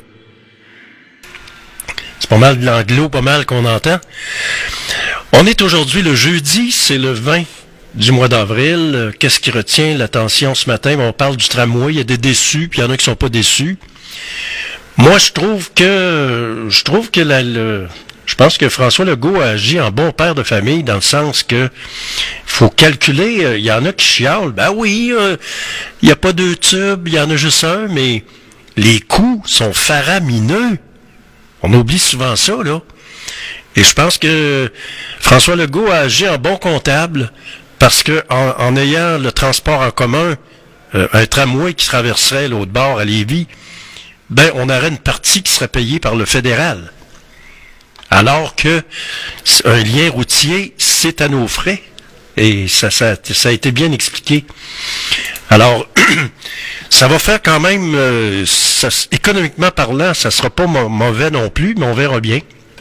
c'est pas mal de l'anglo, pas mal qu'on entend. On est aujourd'hui le jeudi, c'est le vingt du mois d'avril. Qu'est-ce qui retient l'attention ce matin? On parle du tramway, il y a des déçus, puis il y en a qui sont pas déçus. Moi, je trouve que je trouve que la, le, je pense que François Legault a agi en bon père de famille dans le sens que faut calculer, il euh, y en a qui chialent. Ben oui, il euh, n'y a pas deux tubes, il y en a juste un, mais les coûts sont faramineux. On oublie souvent ça, là. Et je pense que François Legault a agi en bon comptable parce que en, en ayant le transport en commun, euh, un tramway qui traverserait l'autre bord à Lévis, ben on aurait une partie qui serait payée par le fédéral. Alors que un lien routier, c'est à nos frais. Et ça, ça, ça a été bien expliqué. Alors, ça va faire quand même, euh, ça, économiquement parlant, ça sera pas mauvais non plus, mais on verra bien.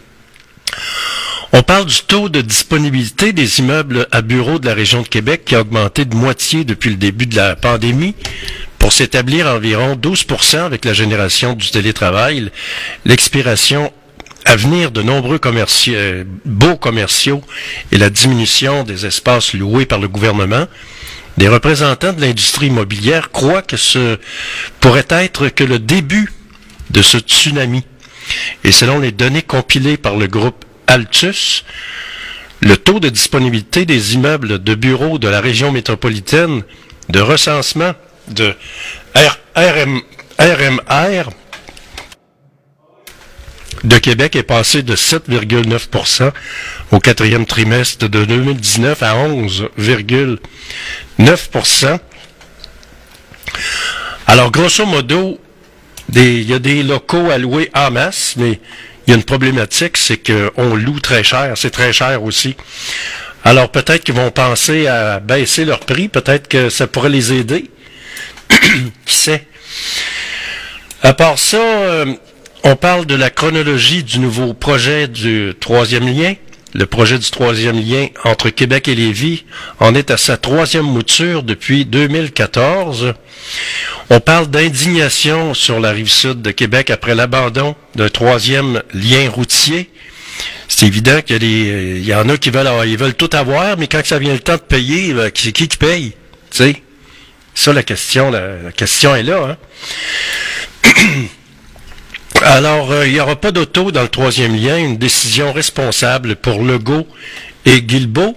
On parle du taux de disponibilité des immeubles à bureaux de la région de Québec qui a augmenté de moitié depuis le début de la pandémie pour s'établir à environ douze pour cent avec la génération du télétravail, l'expiration à venir de nombreux commerciaux, euh, beaux commerciaux et la diminution des espaces loués par le gouvernement. Des représentants de l'industrie immobilière croient que ce pourrait être que le début de ce tsunami. Et selon les données compilées par le groupe Altus, le taux de disponibilité des immeubles de bureaux de la région métropolitaine de recensement de R M R de Québec est passé de sept virgule neuf pour cent au quatrième trimestre de deux mille dix-neuf à onze virgule neuf pour cent. Alors, grosso modo, il y a des locaux à louer en masse, mais il y a une problématique, c'est qu'on loue très cher, c'est très cher aussi. Alors, peut-être qu'ils vont penser à baisser leur prix, peut-être que ça pourrait les aider. Qui sait? À part ça, euh, on parle de la chronologie du nouveau projet du troisième lien. Le projet du troisième lien entre Québec et Lévis en est à sa troisième mouture depuis deux mille quatorze. On parle d'indignation sur la rive sud de Québec après l'abandon d'un troisième lien routier. C'est évident qu'il y a des, il y en a qui veulent, ils veulent tout avoir, mais quand ça vient le temps de payer, ben, c'est qui qui paye? Tu sais? Ça, la question, la, la question est là, hein? Alors, euh, il n'y aura pas d'auto dans le troisième lien, une décision responsable pour Legault et Guilbeault,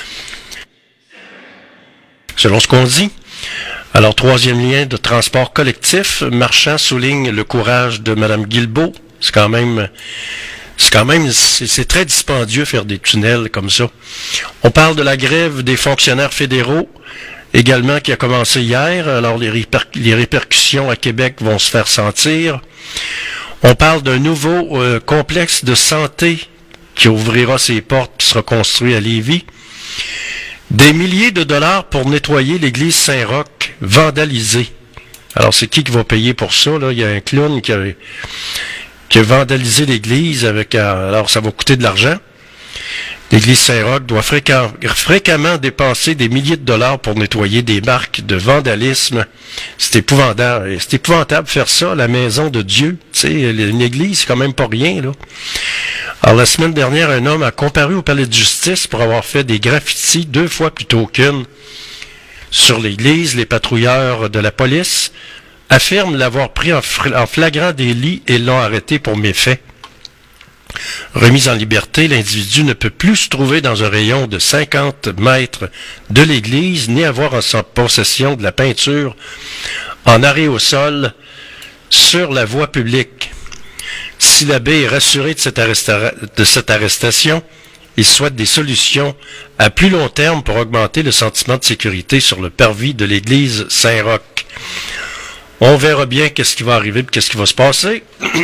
selon ce qu'on dit. Alors, troisième lien de transport collectif, Marchand souligne le courage de Mme Guilbeault. C'est quand même, c'est quand même, c'est, c'est très dispendieux faire des tunnels comme ça. On parle de la grève des fonctionnaires fédéraux, également qui a commencé hier. Alors, les, réper- les répercussions à Québec vont se faire sentir. On parle d'un nouveau euh, complexe de santé qui ouvrira ses portes, qui sera construit à Lévis. Des milliers de dollars pour nettoyer l'église Saint-Roch vandalisée. Alors, c'est qui qui va payer pour ça, là? Il y a un clown qui a, qui a vandalisé l'église avec... Alors, ça va coûter de l'argent. L'église Saint-Roch doit fréquem, fréquemment dépenser des milliers de dollars pour nettoyer des marques de vandalisme. C'est épouvantable. C'est épouvantable de faire ça à la maison de Dieu. Tu sais, une église, c'est quand même pas rien, là. Alors, la semaine dernière, un homme a comparu au palais de justice pour avoir fait des graffitis deux fois plutôt qu'une sur l'église. Les patrouilleurs de la police affirment l'avoir pris en, en flagrant délit et l'ont arrêté pour méfait. Remis en liberté, l'individu ne peut plus se trouver dans un rayon de cinquante mètres de l'église, ni avoir en sa possession de la peinture en arrêt au sol sur la voie publique. Si l'abbé est rassuré de cette, arresta- de cette arrestation, il souhaite des solutions à plus long terme pour augmenter le sentiment de sécurité sur le parvis de l'église Saint-Roch. On verra bien qu'est-ce qui va arriver et qu'est-ce qui va se passer.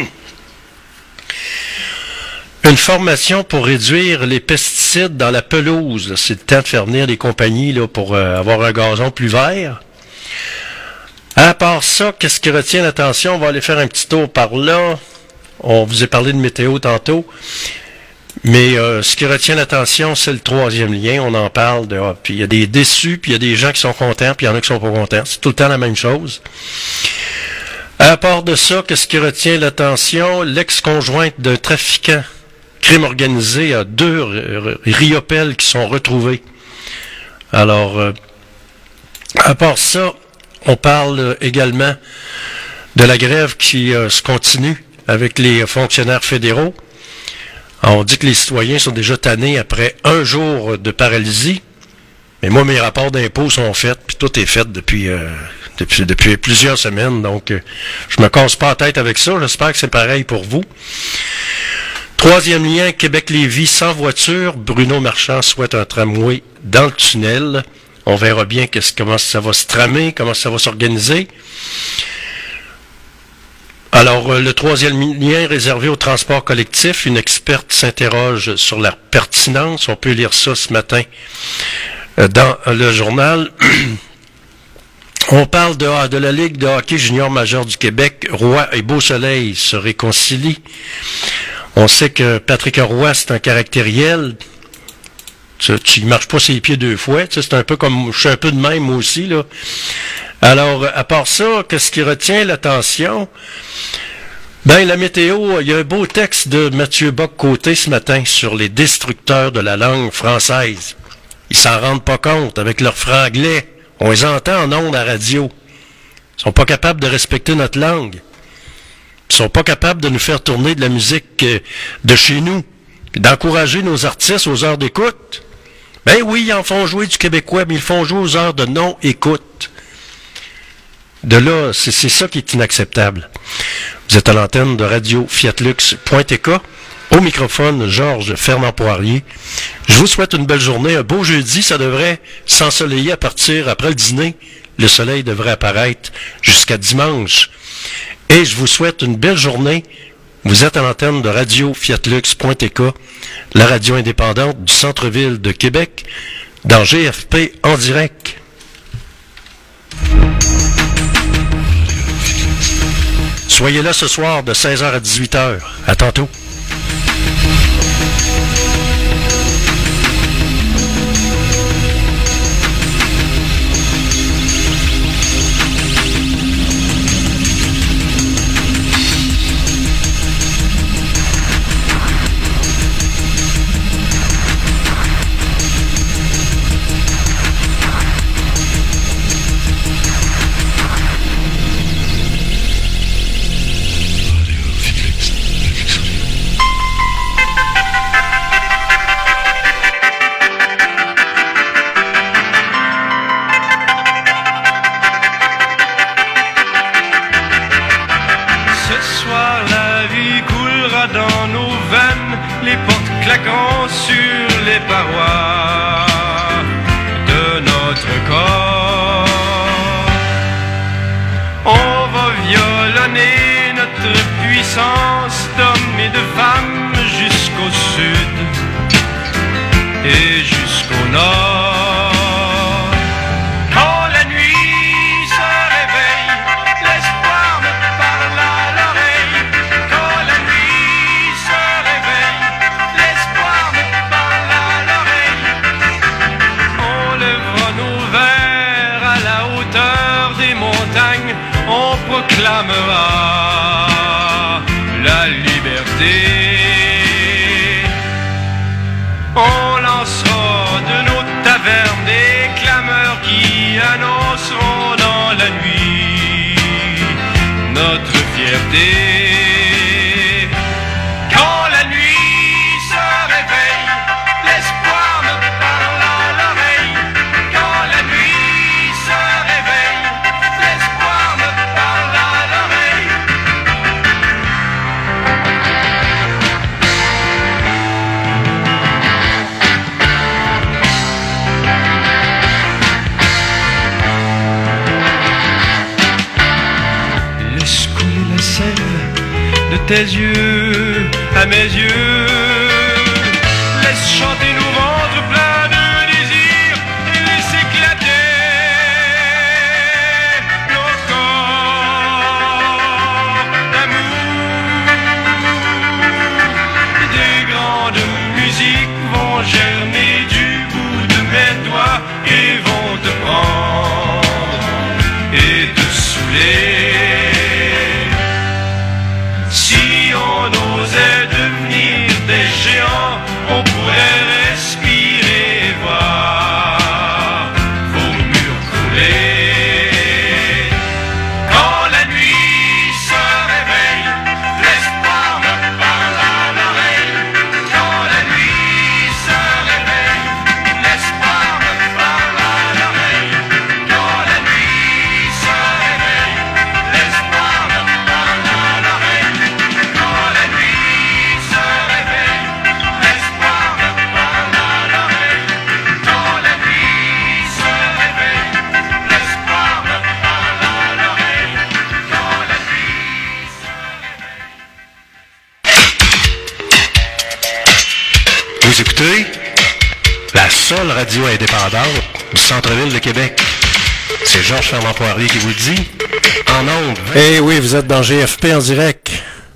Une formation pour réduire les pesticides dans la pelouse. C'est le temps de faire venir les compagnies là, pour euh, avoir un gazon plus vert. À part ça, qu'est-ce qui retient l'attention? On va aller faire un petit tour par là. On vous a parlé de météo tantôt. Mais euh, ce qui retient l'attention, c'est le troisième lien. On en parle. De, ah, puis il y a des déçus, puis il y a des gens qui sont contents, puis il y en a qui sont pas contents. C'est tout le temps la même chose. À part de ça, qu'est-ce qui retient l'attention? L'ex-conjointe d'un trafiquant crime organisé a deux riopelles qui sont retrouvées. Alors, euh, à part ça, on parle également de la grève qui euh, se continue avec les fonctionnaires fédéraux. Alors, on dit que les citoyens sont déjà tannés après un jour de paralysie. Mais moi, mes rapports d'impôts sont faits, puis tout est fait depuis, euh, depuis, depuis plusieurs semaines. Donc, euh, je me casse pas la tête avec ça. J'espère que c'est pareil pour vous. Troisième lien, Québec-Lévis sans voiture. Bruno Marchand souhaite un tramway dans le tunnel. On verra bien qu'est-ce, comment ça va se tramer, comment ça va s'organiser. Alors, euh, le troisième lien réservé au transport collectif, une experte s'interroge sur la pertinence. On peut lire ça ce matin euh, dans euh, le journal. On parle de, de la Ligue de hockey junior majeur du Québec. Roy et Beausoleil se réconcilient. On sait que Patrick Roy, c'est un caractériel. Tu ne marches pas ses pieds deux fois. Tu sais, c'est un peu comme, je suis un peu de même moi aussi, là. Alors, à part ça, qu'est-ce qui retient l'attention? Ben, la météo, il y a un beau texte de Mathieu Bock-Côté ce matin sur les destructeurs de la langue française. Ils s'en rendent pas compte avec leur franglais. On les entend en ondes à radio. Ils sont pas capables de respecter notre langue. Ils sont pas capables de nous faire tourner de la musique de chez nous, d'encourager nos artistes aux heures d'écoute. Ben oui, ils en font jouer du québécois, mais ils font jouer aux heures de non-écoute. De là, c'est, c'est ça qui est inacceptable. Vous êtes à l'antenne de radio fiat lux point t k. Au microphone, Georges Fernand Poirier. Je vous souhaite une belle journée, un beau jeudi. Ça devrait s'ensoleiller à partir après le dîner. Le soleil devrait apparaître jusqu'à dimanche. Et je vous souhaite une belle journée. Vous êtes à l'antenne de radio fiat lux point t k, la radio indépendante du centre-ville de Québec, dans G F P en direct. Soyez là ce soir de seize heures à dix-huit heures. À tantôt. Sur les parois de notre corps, on va violonner notre puissance d'hommes et de femmes jusqu'au sud et jusqu'au nord. Quand la nuit se réveille, l'espoir me parle à l'oreille. Quand la nuit se réveille, l'espoir me parle à l'oreille. On lèvera nos verres à la hauteur des montagnes, on proclamera la liberté. On lancera de nos tavernes des clameurs qui annonceront dans la nuit notre fierté. Quand la nuit se réveille, l'espoir me parle à l'oreille. Quand la nuit se réveille, l'espoir me parle à l'oreille. Laisse couler la sève de tes yeux à mes yeux. Laisse chanter nos ventres pleins de désir et laisse éclater nos corps d'amour. Vous écoutez la seule radio indépendante du centre-ville de Québec. C'est Georges Fernand Poirier qui vous le dit. En ondes. Eh oui, vous êtes dans G F P en direct.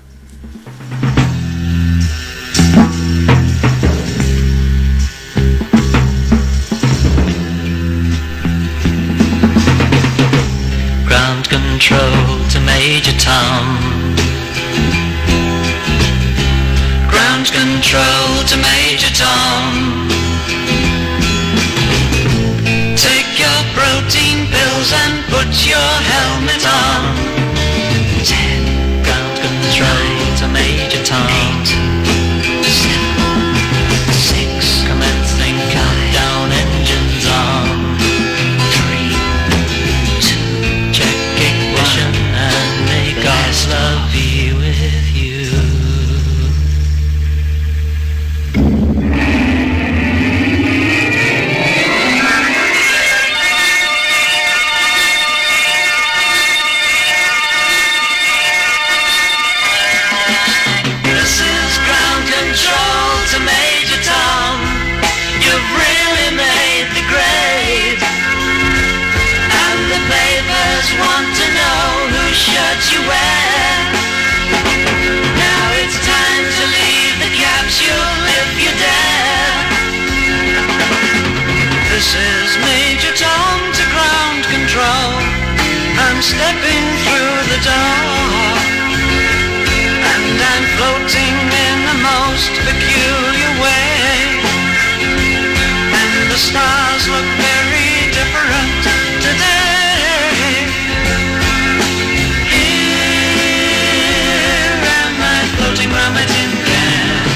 Ground control to Major Tom. Ground control to Major Tom. Take your protein pills and put your helmet on. Ten. Ground control to Major Tom. Eight. Seven. Six. Commencing countdown, engines on. Three. Two. Check ignition and may God's love be with you. Want to know whose shirt you wear. Now it's time to leave the capsule if you dare. This is Major Tom to ground control. I'm stepping through the door, and I'm floating in the most peculiar way. And the stars look very different today. Floating round my tin can,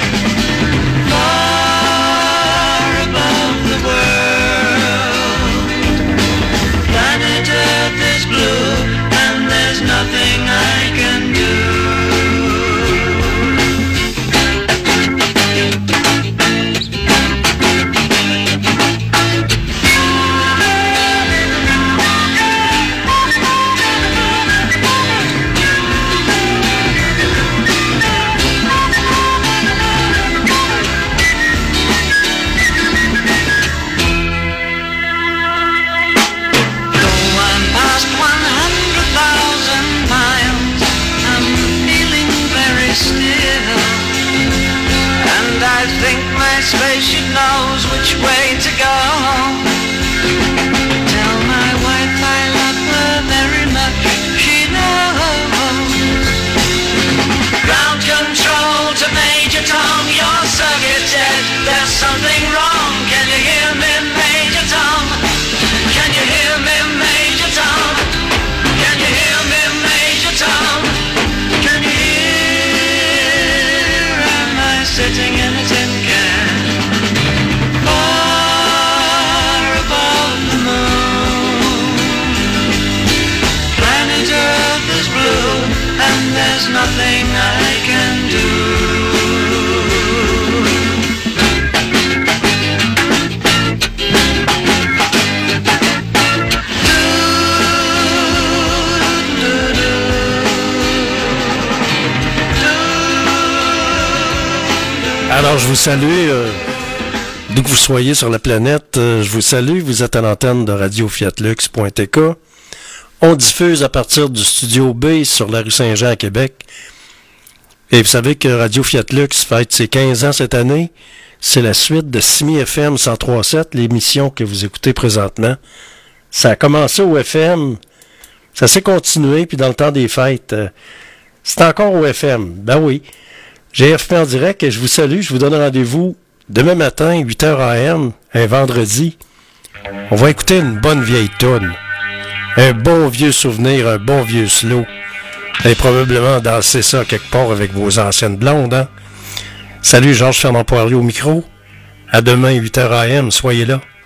far above the world. Planet Earth is blue, and there's nothing I can do. Spaceship knows which way to go. Tell my wife I love her very much, she knows. Ground control to Major Tom, your circuit's dead. There's something wrong, can you hear me, Major Tom? Can you hear me, Major Tom? Can you hear me, Major Tom? Can you hear, am I sitting in a tin can? There's nothing I can do. Alors, je vous salue, euh, d'où que vous soyez sur la planète, euh, je vous salue, vous êtes à l'antenne de radio fiat lux point t k. On diffuse à partir du studio B sur la rue Saint-Jean à Québec. Et vous savez que Radio Fiat Lux fête ses quinze ans cette année. C'est la suite de Simi F M cent trois sept, l'émission que vous écoutez présentement. Ça a commencé au F M, ça s'est continué, puis dans le temps des fêtes, euh, c'est encore au F M. Ben oui, G F P en direct, et je vous salue, je vous donne rendez-vous demain matin, huit heures A M, un vendredi. On va écouter une bonne vieille toune. Un bon vieux souvenir, un bon vieux slow. Et probablement danser ça quelque part avec vos anciennes blondes, hein? Salut, Georges Fernand Poirier au micro. À demain, huit heures A M, soyez là.